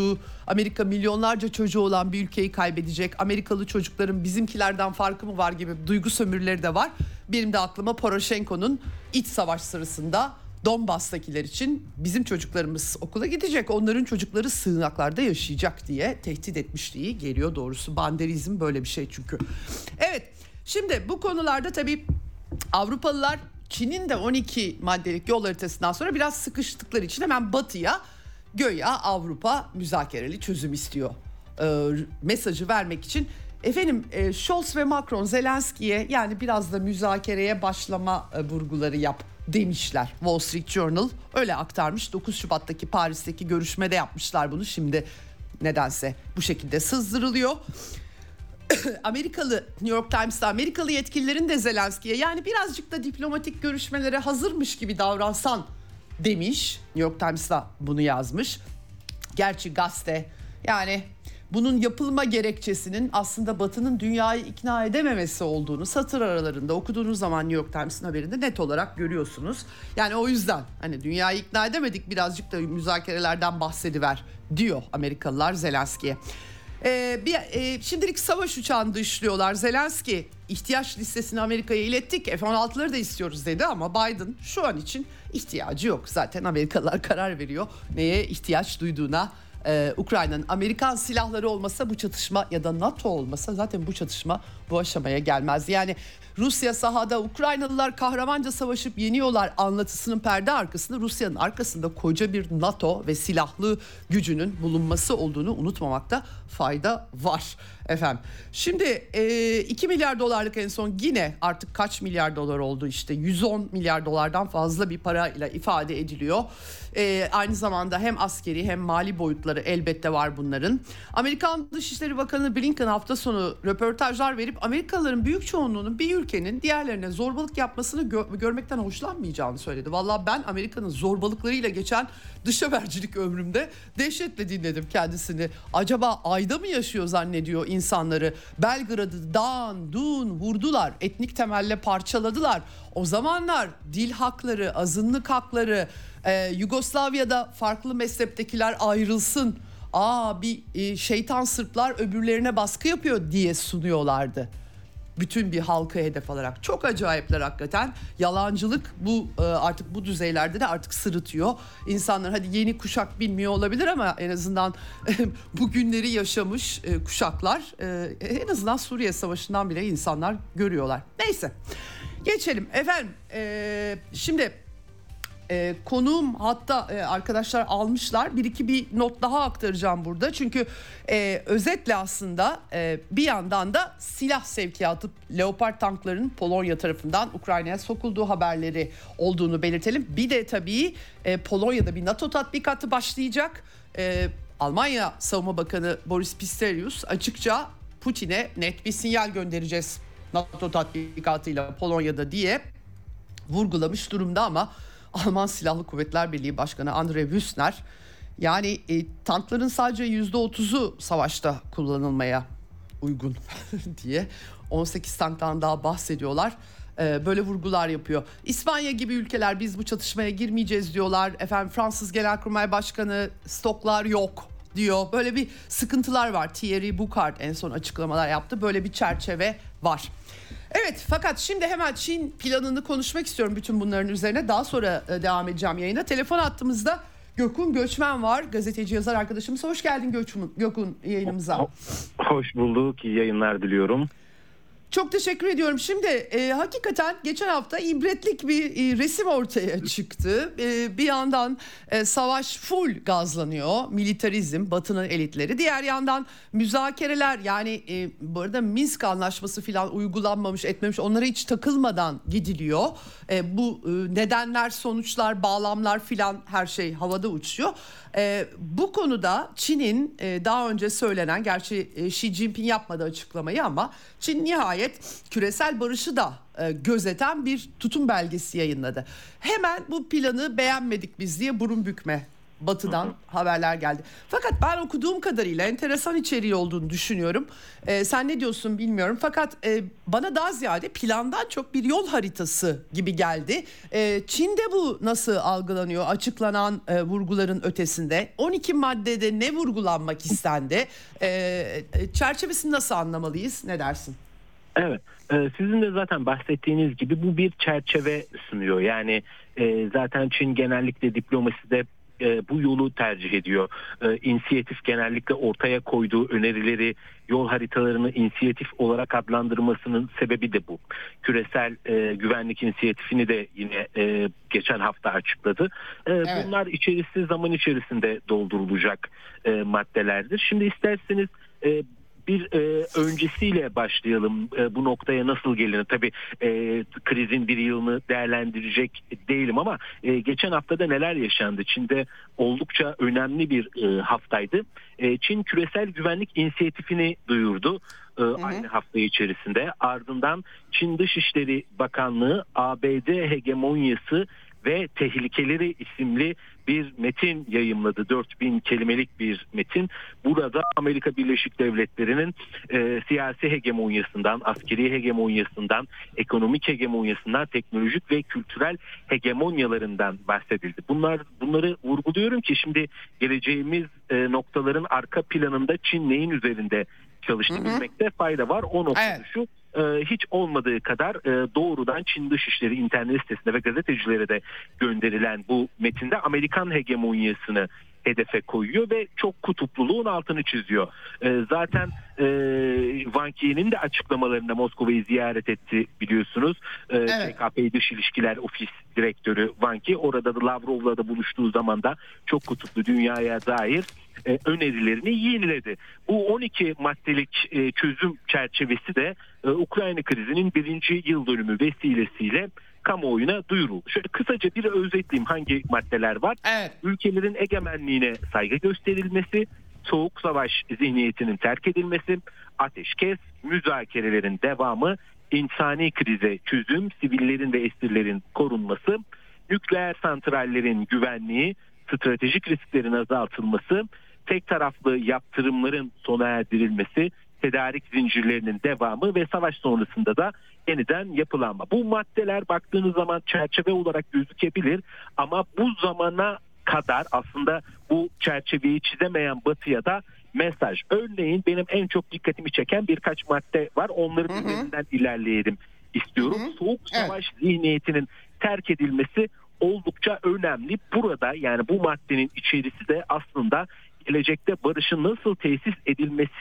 çocuğu olan bir ülkeyi kaybedecek. Amerikalı çocukların bizimkilerden farkı mı var gibi duygu sömürüleri de var. Benim de aklıma Poroshenko'nun iç savaş sırasında Donbas'takiler için bizim çocuklarımız okula gidecek, onların çocukları sığınaklarda yaşayacak diye tehdit etmişliği geliyor doğrusu. Banderizm böyle bir şey çünkü. Evet, şimdi bu konularda tabii Avrupalılar Çin'in de 12 maddelik yol haritasından sonra biraz sıkıştıkları için hemen batıya, göya Avrupa müzakereli çözüm istiyor mesajı vermek için. Efendim Scholz ve Macron Zelenski'ye yani biraz da müzakereye başlama vurguları yap demişler. Wall Street Journal öyle aktarmış. 9 Şubat'taki Paris'teki görüşmede yapmışlar bunu. Şimdi nedense bu şekilde sızdırılıyor. New York Times'ta Amerikalı yetkililerin de Zelenski'ye yani birazcık da diplomatik görüşmelere hazırmış gibi davransan demiş. New York Times'ta bunu yazmış. Gerçi gazete yani bunun yapılma gerekçesinin aslında Batı'nın dünyayı ikna edememesi olduğunu satır aralarında okuduğunuz zaman New York Times'ın haberinde net olarak görüyorsunuz. Yani o yüzden hani dünyayı ikna edemedik, birazcık da müzakerelerden bahsediver diyor Amerikalılar Zelenski'ye. Şimdilik savaş uçağını dışlıyorlar. Zelenski ihtiyaç listesini Amerika'ya ilettik, F-16'ları da istiyoruz dedi ama Biden şu an için ihtiyacı yok. Zaten Amerikalılar karar veriyor neye ihtiyaç duyduğuna. Ukrayna'nın Amerikan silahları olmasa bu çatışma ya da NATO olmasa zaten bu çatışma bu aşamaya gelmez. Yani Rusya sahada, Ukraynalılar kahramanca savaşıp yeniyorlar anlatısının perde arkasında Rusya'nın arkasında koca bir NATO ve silahlı gücünün bulunması olduğunu unutmamakta fayda var efendim. Şimdi 2 milyar dolarlık en son yine artık kaç milyar dolar oldu işte 110 milyar dolardan fazla bir parayla ifade ediliyor. Aynı zamanda hem askeri hem mali boyutları elbette var bunların. Amerikan Dışişleri Bakanı Blinken hafta sonu röportajlar verip Amerikalıların büyük çoğunluğunun bir ülkenin diğerlerine zorbalık yapmasını görmekten hoşlanmayacağını söyledi. Vallahi ben Amerika'nın zorbalıklarıyla geçen dış habercilik ömrümde dehşetle dinledim kendisini. Acaba ayda mı yaşıyor zannediyor insanları? Belgrad'ı dağın dun vurdular, etnik temelle parçaladılar. O zamanlar dil hakları, azınlık hakları, Yugoslavya'da farklı mezheptekiler ayrılsın. Bir şeytan Sırplar öbürlerine baskı yapıyor diye sunuyorlardı. Bütün bir halkı hedef alarak. Çok acayipler hakikaten. Yalancılık bu artık bu düzeylerde de artık sırıtıyor. İnsanlar hadi yeni kuşak bilmiyor olabilir ama en azından bu günleri yaşamış kuşaklar en azından Suriye Savaşı'ndan bile insanlar görüyorlar. Neyse geçelim efendim. Şimdi Konuğum hatta arkadaşlar almışlar. Bir not daha aktaracağım burada. Çünkü özetle aslında bir yandan da silah sevkiyatı, Leopard tanklarının Polonya tarafından Ukrayna'ya sokulduğu haberleri olduğunu belirtelim. Bir de tabii Polonya'da bir NATO tatbikatı başlayacak. Almanya Savunma Bakanı Boris Pistorius açıkça Putin'e net bir sinyal göndereceğiz NATO tatbikatıyla Polonya'da diye vurgulamış durumda ama Alman Silahlı Kuvvetler Birliği Başkanı Andre Wüstner yani tankların sadece %30'u savaşta kullanılmaya uygun diye 18 tanktan daha bahsediyorlar. Böyle vurgular yapıyor. İspanya gibi ülkeler biz bu çatışmaya girmeyeceğiz diyorlar. Efendim Fransız Genelkurmay Başkanı stoklar yok diyor. Böyle bir sıkıntılar var. Thierry Boucard en son açıklamalar yaptı. Böyle bir çerçeve var. Evet, fakat şimdi hemen Çin planını konuşmak istiyorum bütün bunların üzerine. Daha sonra devam edeceğim yayına. Telefon hattımızda Gökhan Göçmen var. Gazeteci yazar arkadaşımız. Hoş geldin Gökhan yayınımıza. Hoş bulduk. İyi yayınlar diliyorum. Çok teşekkür ediyorum. Şimdi hakikaten geçen hafta ibretlik bir resim ortaya çıktı. Bir yandan savaş full gazlanıyor. Militarizm, Batı'nın elitleri. Diğer yandan müzakereler, yani bu arada Minsk anlaşması falan uygulanmamış etmemiş, onlara hiç takılmadan gidiliyor. Bu nedenler, sonuçlar, bağlamlar filan her şey havada uçuyor. Bu konuda Çin'in daha önce söylenen, gerçi Xi Jinping yapmadı açıklamayı ama Çin nihayet küresel barışı da gözeten bir tutum belgesi yayınladı. Hemen bu planı beğenmedik biz diye burun bükme Batı'dan haberler geldi. Fakat ben okuduğum kadarıyla enteresan içeriği olduğunu düşünüyorum. Sen ne diyorsun bilmiyorum. Fakat bana daha ziyade plandan çok bir yol haritası gibi geldi. Çin'de bu nasıl algılanıyor? Açıklanan vurguların ötesinde 12 maddede ne vurgulanmak istendi? Çerçevesini nasıl anlamalıyız? Ne dersin? Evet, sizin de zaten bahsettiğiniz gibi bu bir çerçeve sunuyor. Yani zaten Çin genellikle diplomaside bu yolu tercih ediyor. İnisiyatif genellikle ortaya koyduğu önerileri, yol haritalarını inisiyatif olarak adlandırmasının sebebi de bu. Küresel güvenlik inisiyatifini de yine geçen hafta açıkladı. Evet. Bunlar zaman içerisinde doldurulacak maddelerdir. Şimdi isterseniz bir öncesiyle başlayalım. Bu noktaya nasıl gelinir? Tabii krizin bir yılını değerlendirecek değilim ama geçen haftada neler yaşandı? Çin'de oldukça önemli bir haftaydı. Çin küresel güvenlik inisiyatifini duyurdu. Aynı hafta içerisinde. Ardından Çin Dışişleri Bakanlığı ABD hegemonyası ve tehlikeleri isimli bir metin yayımladı. 4000 kelimelik bir metin. Burada Amerika Birleşik Devletleri'nin siyasi hegemonyasından, askeri hegemonyasından, ekonomik hegemonyasından, teknolojik ve kültürel hegemonyalarından bahsedildi. Bunları vurguluyorum ki şimdi geleceğimiz noktaların arka planında Çin neyin üzerinde çalıştığını bilmekte fayda var. O noktada şu: hiç olmadığı kadar doğrudan Çin Dışişleri internet sitesinde ve gazetecilere de gönderilen bu metinde Amerikan hegemonyasını hedefe koyuyor ve çok kutupluluğun altını çiziyor. Zaten Wang Yi'nin de açıklamalarında Moskova'yı ziyaret etti biliyorsunuz. TKP Dış İlişkiler Ofis Direktörü Wang Yi orada da Lavrov'la da buluştuğu zaman da çok kutuplu dünyaya dair önerilerini yeniledi. Bu 12 maddelik çözüm çerçevesi de Ukrayna krizinin 1. yıl dönümü vesilesiyle kamuoyuna duyuruldu. Şöyle kısaca bir özetleyeyim hangi maddeler var. Evet. Ülkelerin egemenliğine saygı gösterilmesi, soğuk savaş zihniyetinin terk edilmesi, ateşkes, müzakerelerin devamı, insani krize çözüm, sivillerin ve esirlerin korunması, nükleer santrallerin güvenliği, stratejik risklerin azaltılması, tek taraflı yaptırımların sona erdirilmesi, tedarik zincirlerinin devamı ve savaş sonrasında da yeniden yapılanma. Bu maddeler baktığınız zaman çerçeve olarak gözükebilir ama bu zamana kadar aslında bu çerçeveyi çizemeyen Batı'ya da mesaj. Örneğin benim en çok dikkatimi çeken birkaç madde var. Onların üzerinden ilerleyelim istiyorum. Soğuk savaş zihniyetinin terk edilmesi oldukça önemli. Burada yani bu maddenin içerisi de aslında gelecekte barışın nasıl tesis edilmesi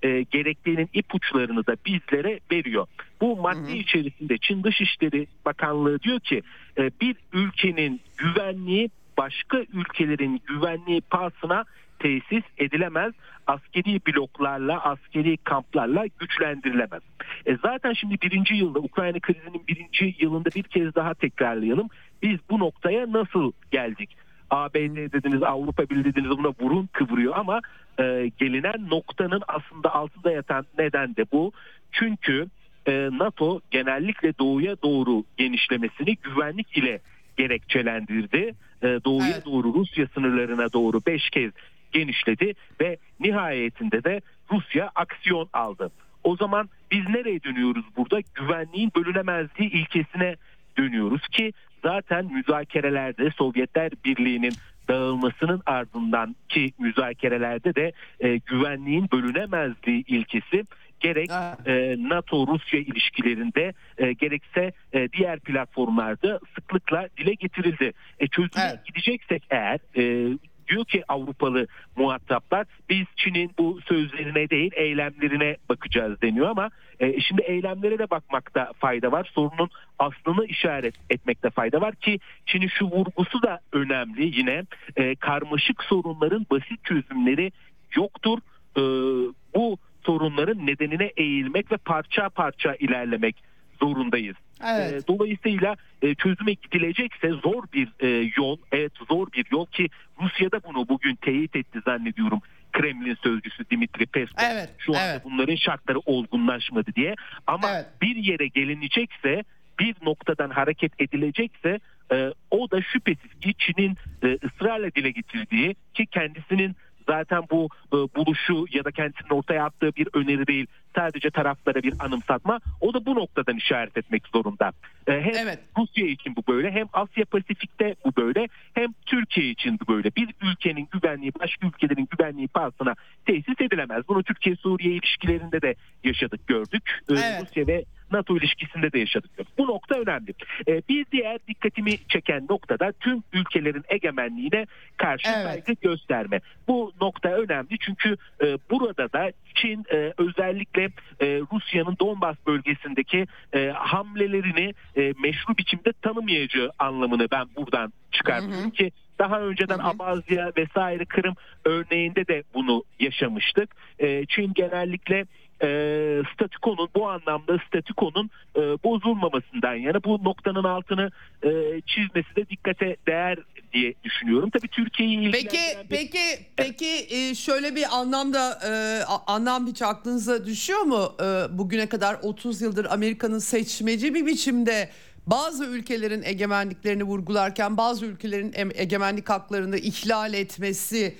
gerektiğinin ipuçlarını da bizlere veriyor. Bu madde içerisinde Çin Dışişleri Bakanlığı diyor ki bir ülkenin güvenliği başka ülkelerin güvenliği pahasına tesis edilemez, askeri bloklarla, askeri kamplarla güçlendirilemez. Zaten şimdi birinci yılda, Ukrayna krizinin birinci yılında bir kez daha tekrarlayalım. Biz bu noktaya nasıl geldik? ABD dediniz, Avrupa Birliği dediniz, buna burun kıvırıyor ama gelinen noktanın aslında altında yatan neden de bu. Çünkü NATO genellikle doğuya doğru genişlemesini güvenlik ile gerekçelendirdi. Doğuya doğru, Rusya sınırlarına doğru 5 kez genişledi ve nihayetinde de Rusya aksiyon aldı. O zaman biz nereye dönüyoruz burada? Güvenliğin bölünemezliği ilkesine dönüyoruz ki zaten müzakerelerde Sovyetler Birliği'nin dağılmasının ardından ki müzakerelerde de güvenliğin bölünemezliği ilkesi gerek NATO-Rusya ilişkilerinde gerekse diğer platformlarda sıklıkla dile getirildi. Çözüme gideceksek eğer diyor ki Avrupalı muhataplar, biz Çin'in bu sözlerine değil eylemlerine bakacağız deniyor ama şimdi eylemlere de bakmakta fayda var. Sorunun aslını işaret etmekte fayda var ki Çin'in şu vurgusu da önemli yine. Karmaşık sorunların basit çözümleri yoktur. Bu sorunların nedenine eğilmek ve parça parça ilerlemek zorundayız. Evet. Dolayısıyla çözüme gidilecekse zor bir yol, zor bir yol ki Rusya da bunu bugün teyit etti zannediyorum. Kremlin sözcüsü Dimitri Peskov şu anda bunların şartları olgunlaşmadı diye. Ama bir yere gelinecekse, bir noktadan hareket edilecekse o da şüphesiz ki Çin'in ısrarla dile getirdiği ki kendisinin zaten bu buluşu ya da kendisinin ortaya attığı bir öneri değil, sadece taraflara bir anımsatma. O da bu noktadan işaret etmek zorunda. Hem Rusya için bu böyle, hem Asya Pasifik'te bu böyle, hem Türkiye için bu böyle. Bir ülkenin güvenliği başka ülkelerin güvenliği pahasına tesis edilemez. Bunu Türkiye-Suriye ilişkilerinde de yaşadık, gördük. Rusya ve NATO ilişkisinde de yaşadık. Bu nokta önemli. Bir diğer dikkatimi çeken noktada tüm ülkelerin egemenliğine karşı saygı gösterme. Bu nokta önemli çünkü burada da Çin özellikle Rusya'nın Donbas bölgesindeki hamlelerini meşru biçimde tanımayacağı anlamını ben buradan çıkartıyorum ki daha önceden Abazya vesaire Kırım örneğinde de bunu yaşamıştık. Çin genellikle statükonun bu anlamda bozulmamasından yana bu noktanın altını çizmesi de dikkate değer diye düşünüyorum. Tabii Türkiye'yi ilgilendiren Peki şöyle bir anlamda anlam hiç aklınıza düşüyor mu? Bugüne kadar 30 yıldır Amerika'nın seçmeci bir biçimde bazı ülkelerin egemenliklerini vurgularken bazı ülkelerin egemenlik haklarını ihlal etmesi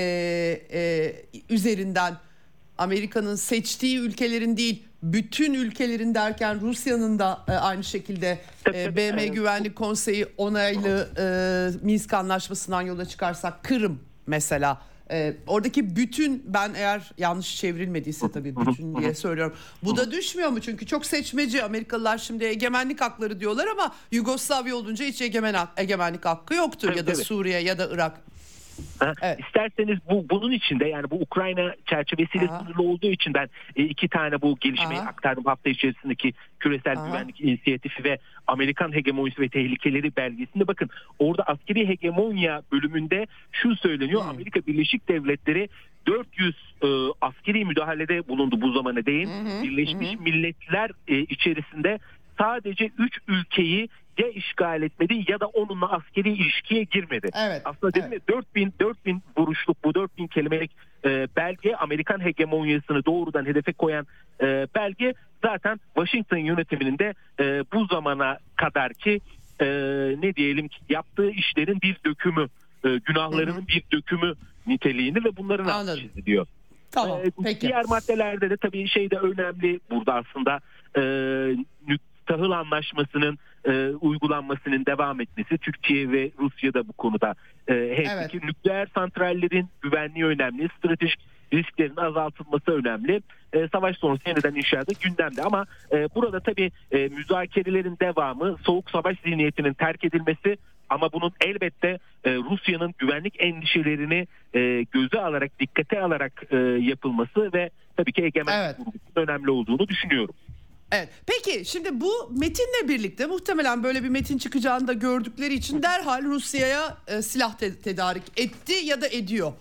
üzerinden Amerika'nın seçtiği ülkelerin değil bütün ülkelerin derken Rusya'nın da aynı şekilde BM Güvenlik Konseyi onaylı Minsk Anlaşması'ndan yola çıkarsak Kırım mesela oradaki bütün, ben eğer yanlış çevrilmediyse tabii bütün diye söylüyorum. Bu da düşmüyor mu? Çünkü çok seçmeci Amerikalılar şimdi egemenlik hakları diyorlar ama Yugoslavya olunca hiç egemenlik hakkı yoktur ya da Suriye ya da Irak. İsterseniz bunun içinde, yani bu Ukrayna çerçevesiyle sınırlı olduğu için ben iki tane bu gelişmeyi aktardım hafta içerisindeki küresel güvenlik inisiyatifi ve Amerikan hegemonyası ve tehlikeleri belgesinde. Bakın orada askeri hegemonya bölümünde şu söyleniyor: Amerika Birleşik Devletleri 400 askeri müdahalede bulundu bu zamana değin. Birleşmiş Milletler içerisinde sadece 3 ülkeyi ya işgal etmedi ya da onunla askeri ilişkiye girmedi. Aslında dedim ya 4000 vuruşluk bu 4000 kelimelik belge, Amerikan hegemonyasını doğrudan hedefe koyan belge zaten Washington yönetiminin de bu zamana kadar ki ne diyelim ki yaptığı işlerin bir dökümü, günahlarının bir dökümü niteliğini ve bunların altı çiziliyor. Tamam, peki. Diğer maddelerde de tabii şey de önemli burada aslında, tahıl anlaşmasının uygulanmasının devam etmesi. Türkiye ve Rusya da bu konuda hemfikir. Nükleer santrallerin güvenliği önemli. Stratejik risklerin azaltılması önemli. Savaş sonrası yeniden inşaatı gündemde ama burada tabii müzakerelerin devamı, soğuk savaş zihniyetinin terk edilmesi Ama bunun elbette Rusya'nın güvenlik endişelerini göze alarak, dikkate alarak yapılması ve tabii ki egemenlik vurgusunun önemli olduğunu düşünüyorum. Evet. Peki şimdi bu metinle birlikte muhtemelen böyle bir metin çıkacağını da gördükleri için derhal Rusya'ya silah tedarik etti ya da ediyor.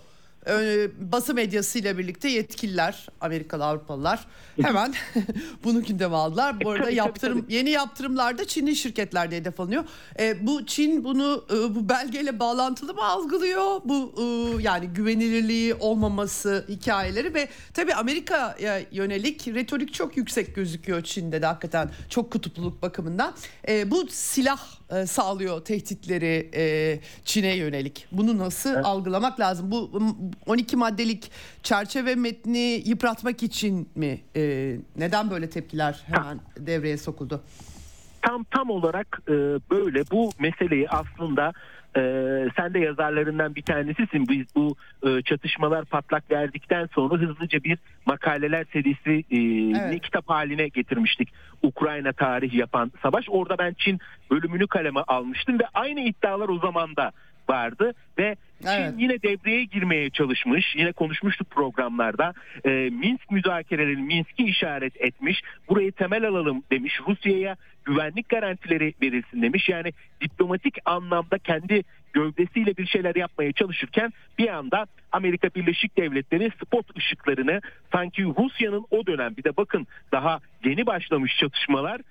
Basın medyasıyla birlikte yetkililer, Amerikalı, Avrupalılar hemen bunu gündeme aldılar. Bu arada yeni yaptırımlar da Çinli şirketlerde hedef alınıyor. Bu Çin bunu bu belgeyle bağlantılı mı algılıyor? Bu yani güvenilirliği olmaması hikayeleri ve tabii Amerika'ya yönelik retorik çok yüksek gözüküyor Çin'de de hakikaten çok kutupluluk bakımından. Bu silah sağlıyor tehditleri Çin'e yönelik. Bunu nasıl algılamak lazım? Bu 12 maddelik çerçeve metni yıpratmak için mi? Neden böyle tepkiler hemen devreye sokuldu? Tam olarak böyle. Bu meseleyi aslında sen de yazarlarından bir tanesisin. Biz bu çatışmalar patlak verdikten sonra hızlıca bir makaleler serisi kitap haline getirmiştik. Ukrayna tarihi yapan savaş. Orada ben Çin bölümünü kaleme almıştım ve aynı iddialar o zaman da vardı ve Çin yine devreye girmeye çalışmış. Yine konuşmuştuk programlarda. Minsk müzakereleri, Minsk'i işaret etmiş. Burayı temel alalım demiş. Rusya'ya güvenlik garantileri verilsin demiş. Yani diplomatik anlamda kendi gövdesiyle bir şeyler yapmaya çalışırken bir anda Amerika Birleşik Devletleri spot ışıklarını sanki Rusya'nın o dönem, bir de bakın daha yeni başlamış çatışmalar,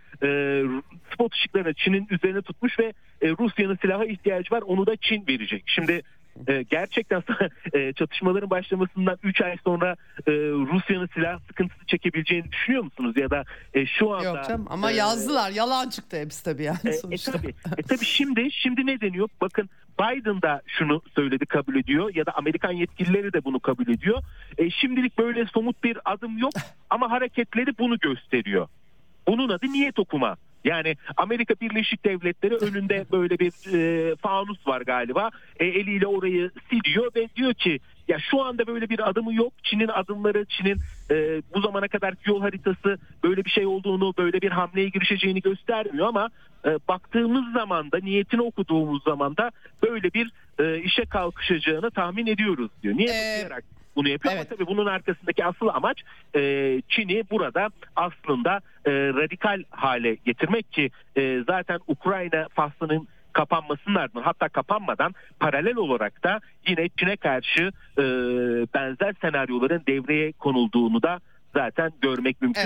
spot ışıklarını Çin'in üzerine tutmuş ve Rusya'nın silaha ihtiyacı var, onu da Çin verecek. Şimdi gerçekten çatışmaların başlamasından 3 ay sonra Rusya'nın silah sıkıntısı çekebileceğini düşünüyor musunuz? Ya da şu anda... Yok canım, ama yazdılar, yalan çıktı hepsi tabii yani sonuçta. Tabii şimdi ne deniyor? Bakın Biden da şunu söyledi, kabul ediyor ya da Amerikan yetkilileri de bunu kabul ediyor. Şimdilik böyle somut bir adım yok ama hareketleri bunu gösteriyor. Bunun adı niyet okuma. Yani Amerika Birleşik Devletleri önünde böyle bir fanus var galiba. Eliyle orayı siliyor ve diyor ki ya şu anda böyle bir adımı yok. Çin'in adımları, Çin'in bu zamana kadarki yol haritası böyle bir şey olduğunu, böyle bir hamleye girişeceğini göstermiyor ama baktığımız zaman da, niyetini okuduğumuz zaman da böyle bir işe kalkışacağını tahmin ediyoruz diyor. Niyet okuyarak bunu yapıyor ama tabii bunun arkasındaki asıl amaç Çin'i burada aslında radikal hale getirmek ki zaten Ukrayna faslının kapanmasının ardından, hatta kapanmadan paralel olarak da yine Çin'e karşı benzer senaryoların devreye konulduğunu da zaten görmek mümkün.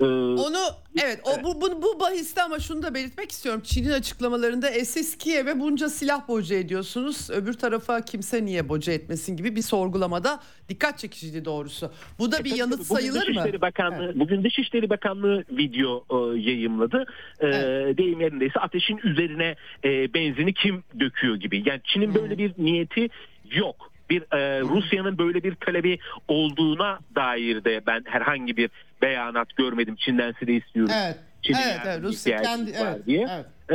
Bu bahiste ama şunu da belirtmek istiyorum. Çin'in açıklamalarında siz Kiev'e bunca silah boca ediyorsunuz, öbür tarafa kimse niye boca etmesin gibi bir sorgulamada dikkat çekiciydi doğrusu. Bu da bir yanıt sayılır mı? Bugün Dışişleri Bakanlığı video yayımladı. Deyim yerindeyse ateşin üzerine benzini kim döküyor gibi. Yani Çin'in böyle bir niyeti yok. Rusya'nın böyle bir talebi olduğuna dair de ben herhangi bir beyanat görmedim. Çin'den size istiyorum. Çin'in Rusya kendi var diye.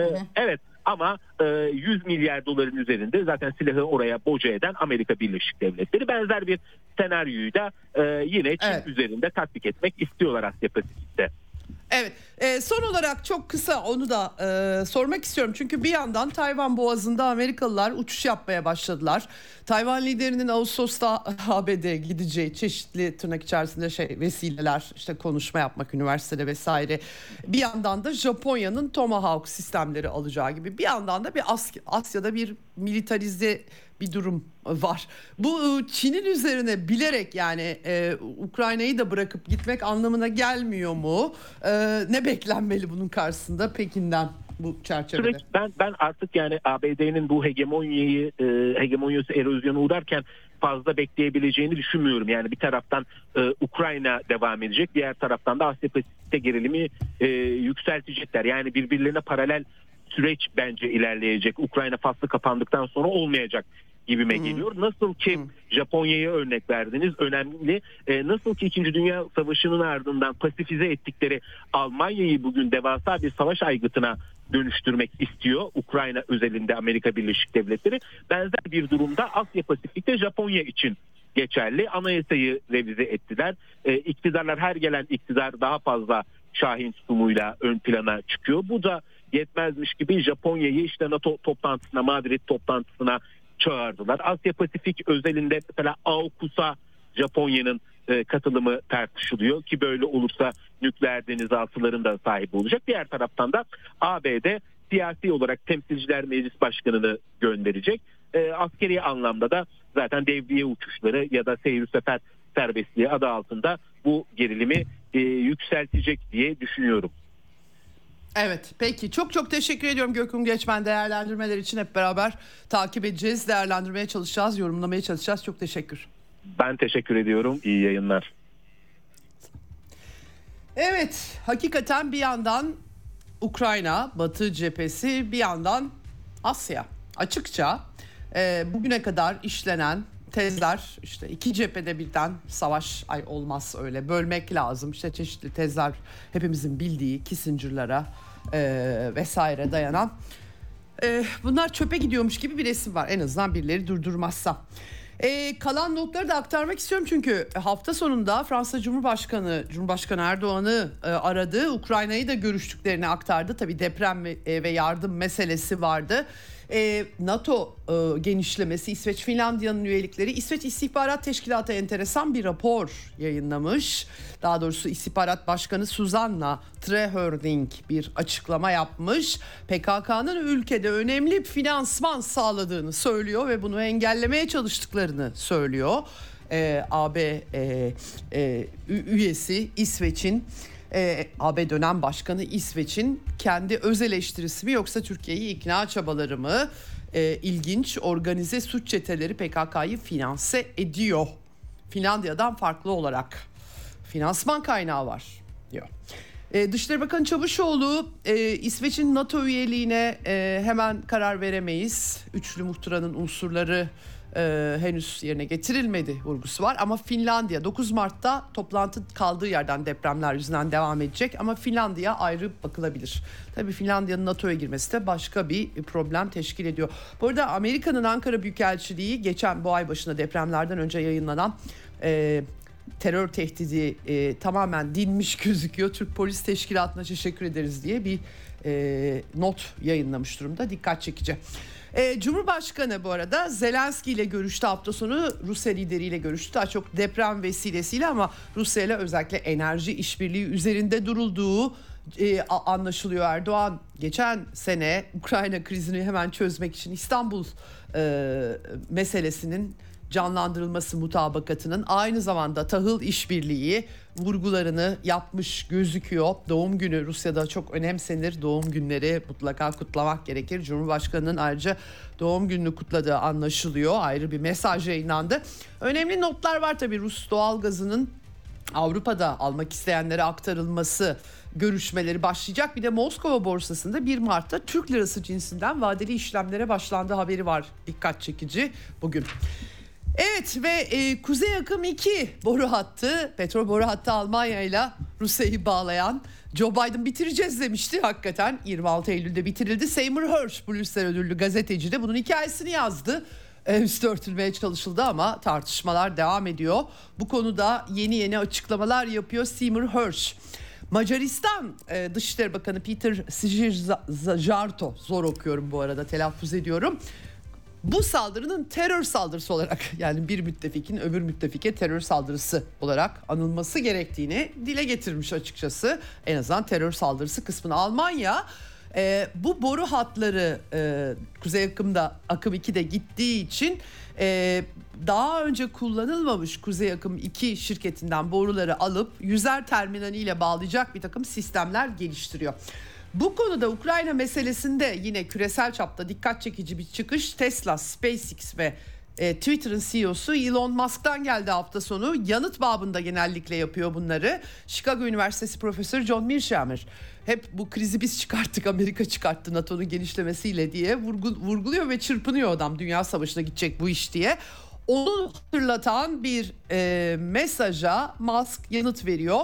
Ama 100 milyar doların üzerinde zaten silahı oraya boca eden Amerika Birleşik Devletleri benzer bir senaryoyu da yine Çin üzerinde tatbik etmek istiyorlar Asya Pasifik'te. Evet. Son olarak çok kısa onu da sormak istiyorum. Çünkü bir yandan Tayvan Boğazı'nda Amerikalılar uçuş yapmaya başladılar. Tayvan liderinin Ağustos'ta ABD'ye gideceği çeşitli tırnak içerisinde vesileler, işte konuşma yapmak üniversitede vesaire. Bir yandan da Japonya'nın Tomahawk sistemleri alacağı gibi. Bir yandan da bir Asya'da bir militarize bir durum var. Bu Çin'in üzerine bilerek yani Ukrayna'yı da bırakıp gitmek anlamına gelmiyor mu? Ne beklenmeli bunun karşısında Pekin'den bu çerçevede? Ben artık yani ABD'nin bu hegemonyası erozyona uğrarken fazla bekleyebileceğini düşünmüyorum. Yani bir taraftan Ukrayna devam edecek, diğer taraftan da Asya Pasifik'te gerilimi yükseltecekler. Yani birbirlerine paralel süreç bence ilerleyecek. Ukrayna faslı kapandıktan sonra olmayacak gibime geliyor. Nasıl ki Japonya'ya örnek verdiniz, önemli. Nasıl ki 2. Dünya Savaşı'nın ardından pasifize ettikleri Almanya'yı bugün devasa bir savaş aygıtına dönüştürmek istiyor Ukrayna özelinde Amerika Birleşik Devletleri. Benzer bir durumda Asya Pasifik'te Japonya için geçerli. Anayasayı revize ettiler. İktidarlar, her gelen iktidar daha fazla şahin tutumuyla ön plana çıkıyor. Bu da yetmezmiş gibi Japonya'yı işte NATO toplantısına, Madrid toplantısına çağırdılar. Asya Pasifik özelinde mesela AUKUS'a Japonya'nın katılımı tartışılıyor ki böyle olursa nükleer denizaltıların da sahibi olacak. Diğer taraftan da ABD siyasi olarak Temsilciler Meclis Başkanı'nı gönderecek. Askeri anlamda da zaten devriye uçuşları ya da seyir sefer serbestliği adı altında bu gerilimi yükseltecek diye düşünüyorum. Evet, peki, çok çok teşekkür ediyorum Gökhan Geçmen, değerlendirmeler için. Hep beraber takip edeceğiz, değerlendirmeye çalışacağız, yorumlamaya çalışacağız. Çok teşekkür. Ben teşekkür ediyorum. İyi yayınlar. Evet, hakikaten bir yandan Ukrayna, Batı cephesi, bir yandan Asya. Açıkça bugüne kadar işlenen tezler, işte iki cephede birden savaş olmaz, öyle bölmek lazım. İşte çeşitli tezler, hepimizin bildiği Kissinger'lara vesaire dayanan. Bunlar çöpe gidiyormuş gibi bir resim var, en azından birileri durdurmazsa. Kalan notları da aktarmak istiyorum çünkü hafta sonunda Fransa Cumhurbaşkanı Erdoğan'ı aradı. Ukrayna'yı da görüştüklerini aktardı. Tabii deprem ve yardım meselesi vardı. NATO genişlemesi, İsveç, Finlandiya'nın üyelikleri. İsveç İstihbarat Teşkilatı enteresan bir rapor yayınlamış. Daha doğrusu İstihbarat Başkanı Susanna Trehörning bir açıklama yapmış. PKK'nın ülkede önemli finansman sağladığını söylüyor ve bunu engellemeye çalıştıklarını söylüyor. AB üyesi İsveç'in, AB dönem başkanı İsveç'in kendi öz eleştirisi mi yoksa Türkiye'yi ikna çabaları mı? İlginç, organize suç çeteleri PKK'yı finanse ediyor. Finlandiya'dan farklı olarak finansman kaynağı var diyor. Dışişleri Bakanı Çavuşoğlu İsveç'in NATO üyeliğine hemen karar veremeyiz. Üçlü muhtıranın unsurları henüz yerine getirilmedi vurgusu var. Ama Finlandiya 9 Mart'ta toplantı kaldığı yerden depremler yüzünden devam edecek. Ama Finlandiya ayrı bakılabilir. Tabii Finlandiya'nın NATO'ya girmesi de başka bir problem teşkil ediyor. Bu arada Amerika'nın Ankara Büyükelçiliği geçen bu ay başında depremlerden önce yayınlanan terör tehdidi tamamen dinmiş gözüküyor. Türk Polis Teşkilatı'na teşekkür ederiz diye bir not yayınlamış durumda. Dikkat çekici. Cumhurbaşkanı bu arada Zelenski ile görüştü hafta sonu. Rusya lideriyle görüştü. Daha çok deprem vesilesiyle ama Rusya ile özellikle enerji işbirliği üzerinde durulduğu anlaşılıyor. Erdoğan geçen sene Ukrayna krizini hemen çözmek için İstanbul meselesinin canlandırılması mutabakatının aynı zamanda tahıl işbirliği vurgularını yapmış gözüküyor. Doğum günü Rusya'da çok önemsenir. Doğum günleri mutlaka kutlamak gerekir. Cumhurbaşkanının ayrıca doğum gününü kutladığı anlaşılıyor. Ayrı bir mesaj yayınlandı. Önemli notlar var tabii. Rus doğalgazının Avrupa'da almak isteyenlere aktarılması görüşmeleri başlayacak. Bir de Moskova borsasında 1 Mart'ta Türk lirası cinsinden vadeli işlemlere başlandığı haberi var. Dikkat çekici bugün. Evet ve Kuzey Akım 2 boru hattı, petrol boru hattı Almanya ile Rusya'yı bağlayan, Joe Biden bitireceğiz demişti. Hakikaten 26 Eylül'de bitirildi. Seymour Hersh Pulitzer ödüllü gazeteci de bunun hikayesini yazdı. Üstü örtülmeye çalışıldı ama tartışmalar devam ediyor. Bu konuda yeni açıklamalar yapıyor Seymour Hersh. Macaristan Dışişleri Bakanı Peter Szijjártó, zor okuyorum bu arada, telaffuz ediyorum. Bu saldırının terör saldırısı olarak, yani bir müttefikin öbür müttefike terör saldırısı olarak anılması gerektiğini dile getirmiş açıkçası. En azından terör saldırısı kısmını. Almanya bu boru hatları Kuzey Akım 2'de gittiği için daha önce kullanılmamış Kuzey Akım 2 şirketinden boruları alıp yüzer terminaliyle bağlayacak bir takım sistemler geliştiriyor. Bu konuda Ukrayna meselesinde yine küresel çapta dikkat çekici bir çıkış Tesla, SpaceX ve Twitter'ın CEO'su Elon Musk'tan geldi hafta sonu. Yanıt babında genellikle yapıyor bunları. Chicago Üniversitesi Profesörü John Mearsheimer hep bu krizi biz çıkarttık, Amerika çıkarttı NATO'nun genişlemesiyle diye vurguluyor ve çırpınıyor adam, dünya savaşına gidecek bu iş diye. Onu hatırlatan bir mesaja Musk yanıt veriyor.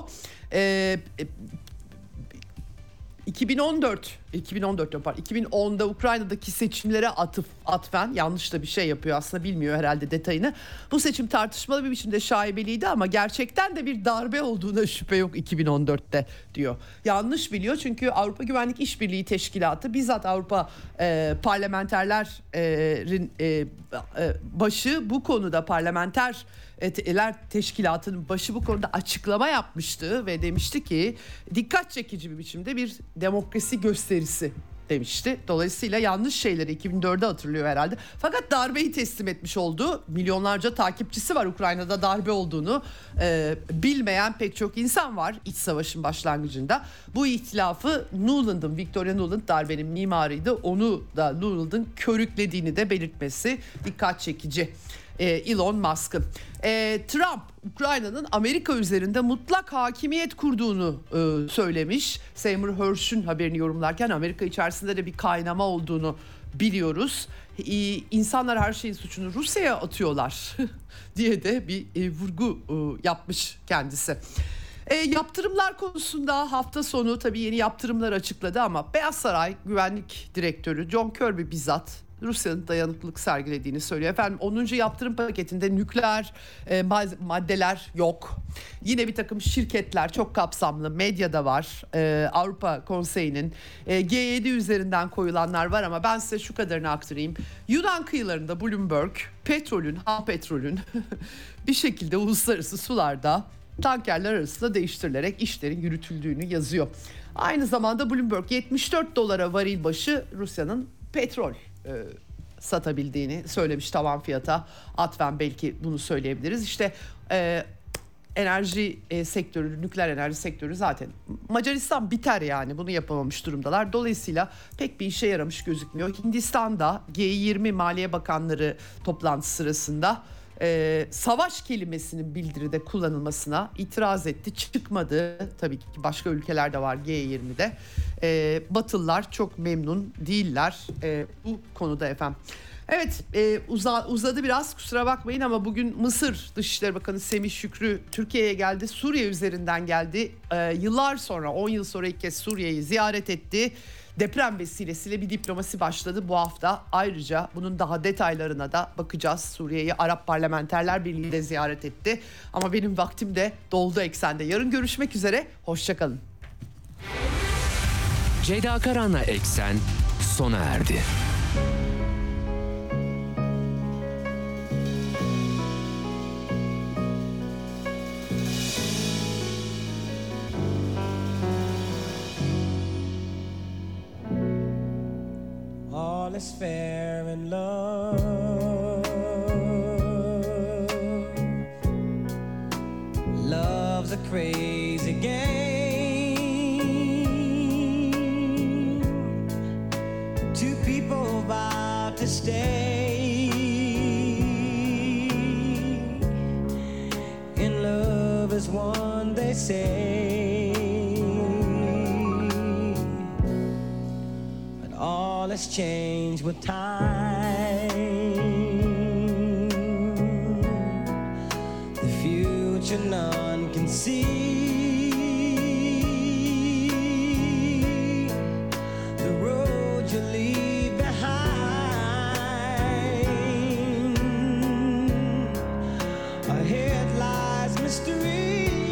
2010'da Ukrayna'daki seçimlere atfen yanlış da bir şey yapıyor aslında, bilmiyor herhalde detayını. Bu seçim tartışmalı bir biçimde şaibeliydi ama gerçekten de bir darbe olduğuna şüphe yok 2014'te diyor. Yanlış biliyor çünkü Avrupa Güvenlik İşbirliği Teşkilatı bizzat Avrupa parlamenterlerin başı bu konuda, parlamenterler teşkilatının başı bu konuda açıklama yapmıştı ve demişti ki dikkat çekici bir biçimde bir demokrasi gösterisi demişti. Dolayısıyla yanlış şeyleri 2004'de hatırlıyor herhalde. Fakat darbeyi teslim etmiş oldu. Milyonlarca takipçisi var Ukrayna'da darbe olduğunu bilmeyen pek çok insan var iç savaşın başlangıcında. Bu ihtilafı Nuland'ın, Victoria Nuland darbenin mimarıydı. Onu da Nuland'ın körüklediğini de belirtmesi dikkat çekici. Elon Musk'ın. Trump Ukrayna'nın Amerika üzerinde mutlak hakimiyet kurduğunu söylemiş. Seymour Hersh'ün haberini yorumlarken Amerika içerisinde de bir kaynama olduğunu biliyoruz. İnsanlar her şeyin suçunu Rusya'ya atıyorlar diye de bir vurgu yapmış kendisi. Yaptırımlar konusunda hafta sonu tabii yeni yaptırımlar açıkladı ama Beyaz Saray Güvenlik Direktörü John Kirby bizzat Rusya'nın dayanıklılık sergilediğini söylüyor. Efendim 10. yaptırım paketinde nükleer maddeler yok. Yine bir takım şirketler çok kapsamlı, medyada var. Avrupa Konseyi'nin G7 üzerinden koyulanlar var ama ben size şu kadarını aktarayım. Yunan kıyılarında Bloomberg ham petrolün bir şekilde uluslararası sularda tankerler arasında değiştirilerek işlerin yürütüldüğünü yazıyor. Aynı zamanda Bloomberg 74 dolara varil başı Rusya'nın petrol satabildiğini söylemiş tavan fiyata. Atfen belki bunu söyleyebiliriz. İşte enerji sektörü, nükleer enerji sektörü zaten Macaristan biter yani, bunu yapamamış durumdalar. Dolayısıyla pek bir işe yaramış gözükmüyor. Hindistan'da G20 Maliye Bakanları toplantısı sırasında savaş kelimesinin bildiride kullanılmasına itiraz etti. Çıkmadı. Tabii ki başka ülkeler de var G20'de. Batılılar çok memnun değiller bu konuda efendim. Evet, uzadı biraz, kusura bakmayın ama bugün Mısır Dışişleri Bakanı Semih Şükrü Türkiye'ye geldi. Suriye üzerinden geldi. Yıllar sonra, 10 yıl sonra ilk kez Suriye'yi ziyaret etti. Deprem vesilesiyle bir diplomasi başladı bu hafta. Ayrıca bunun daha detaylarına da bakacağız. Suriye'yi Arap Parlamenterler Birliği de ziyaret etti. Ama benim vaktim de doldu Eksen'de. Yarın görüşmek üzere, hoşça kalın. Ceyda Karan'la Eksen sona erdi. All is fair in love. Love's a crazy game. Two people vow to stay in love as one, they say. All has changed with time. The future none can see. The road you leave behind. Ahead lies mystery.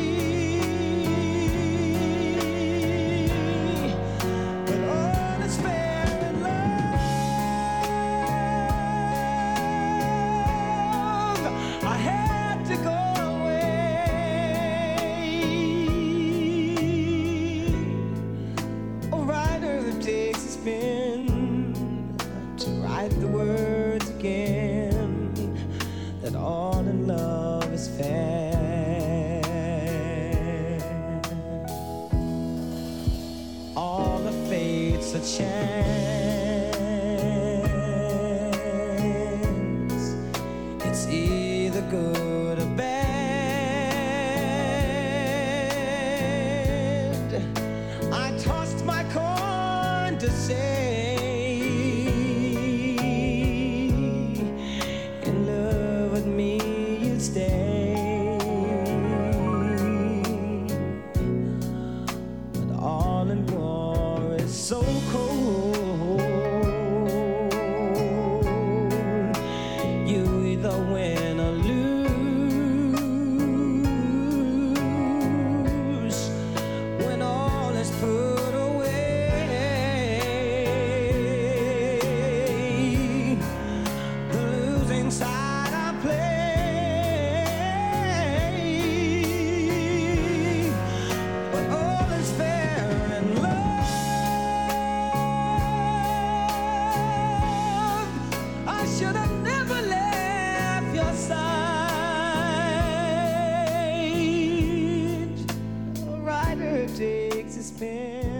Chance. It's either good or bad. I tossed my coin to say in love with me you'd stay, but all in war is so cold. takes his pen.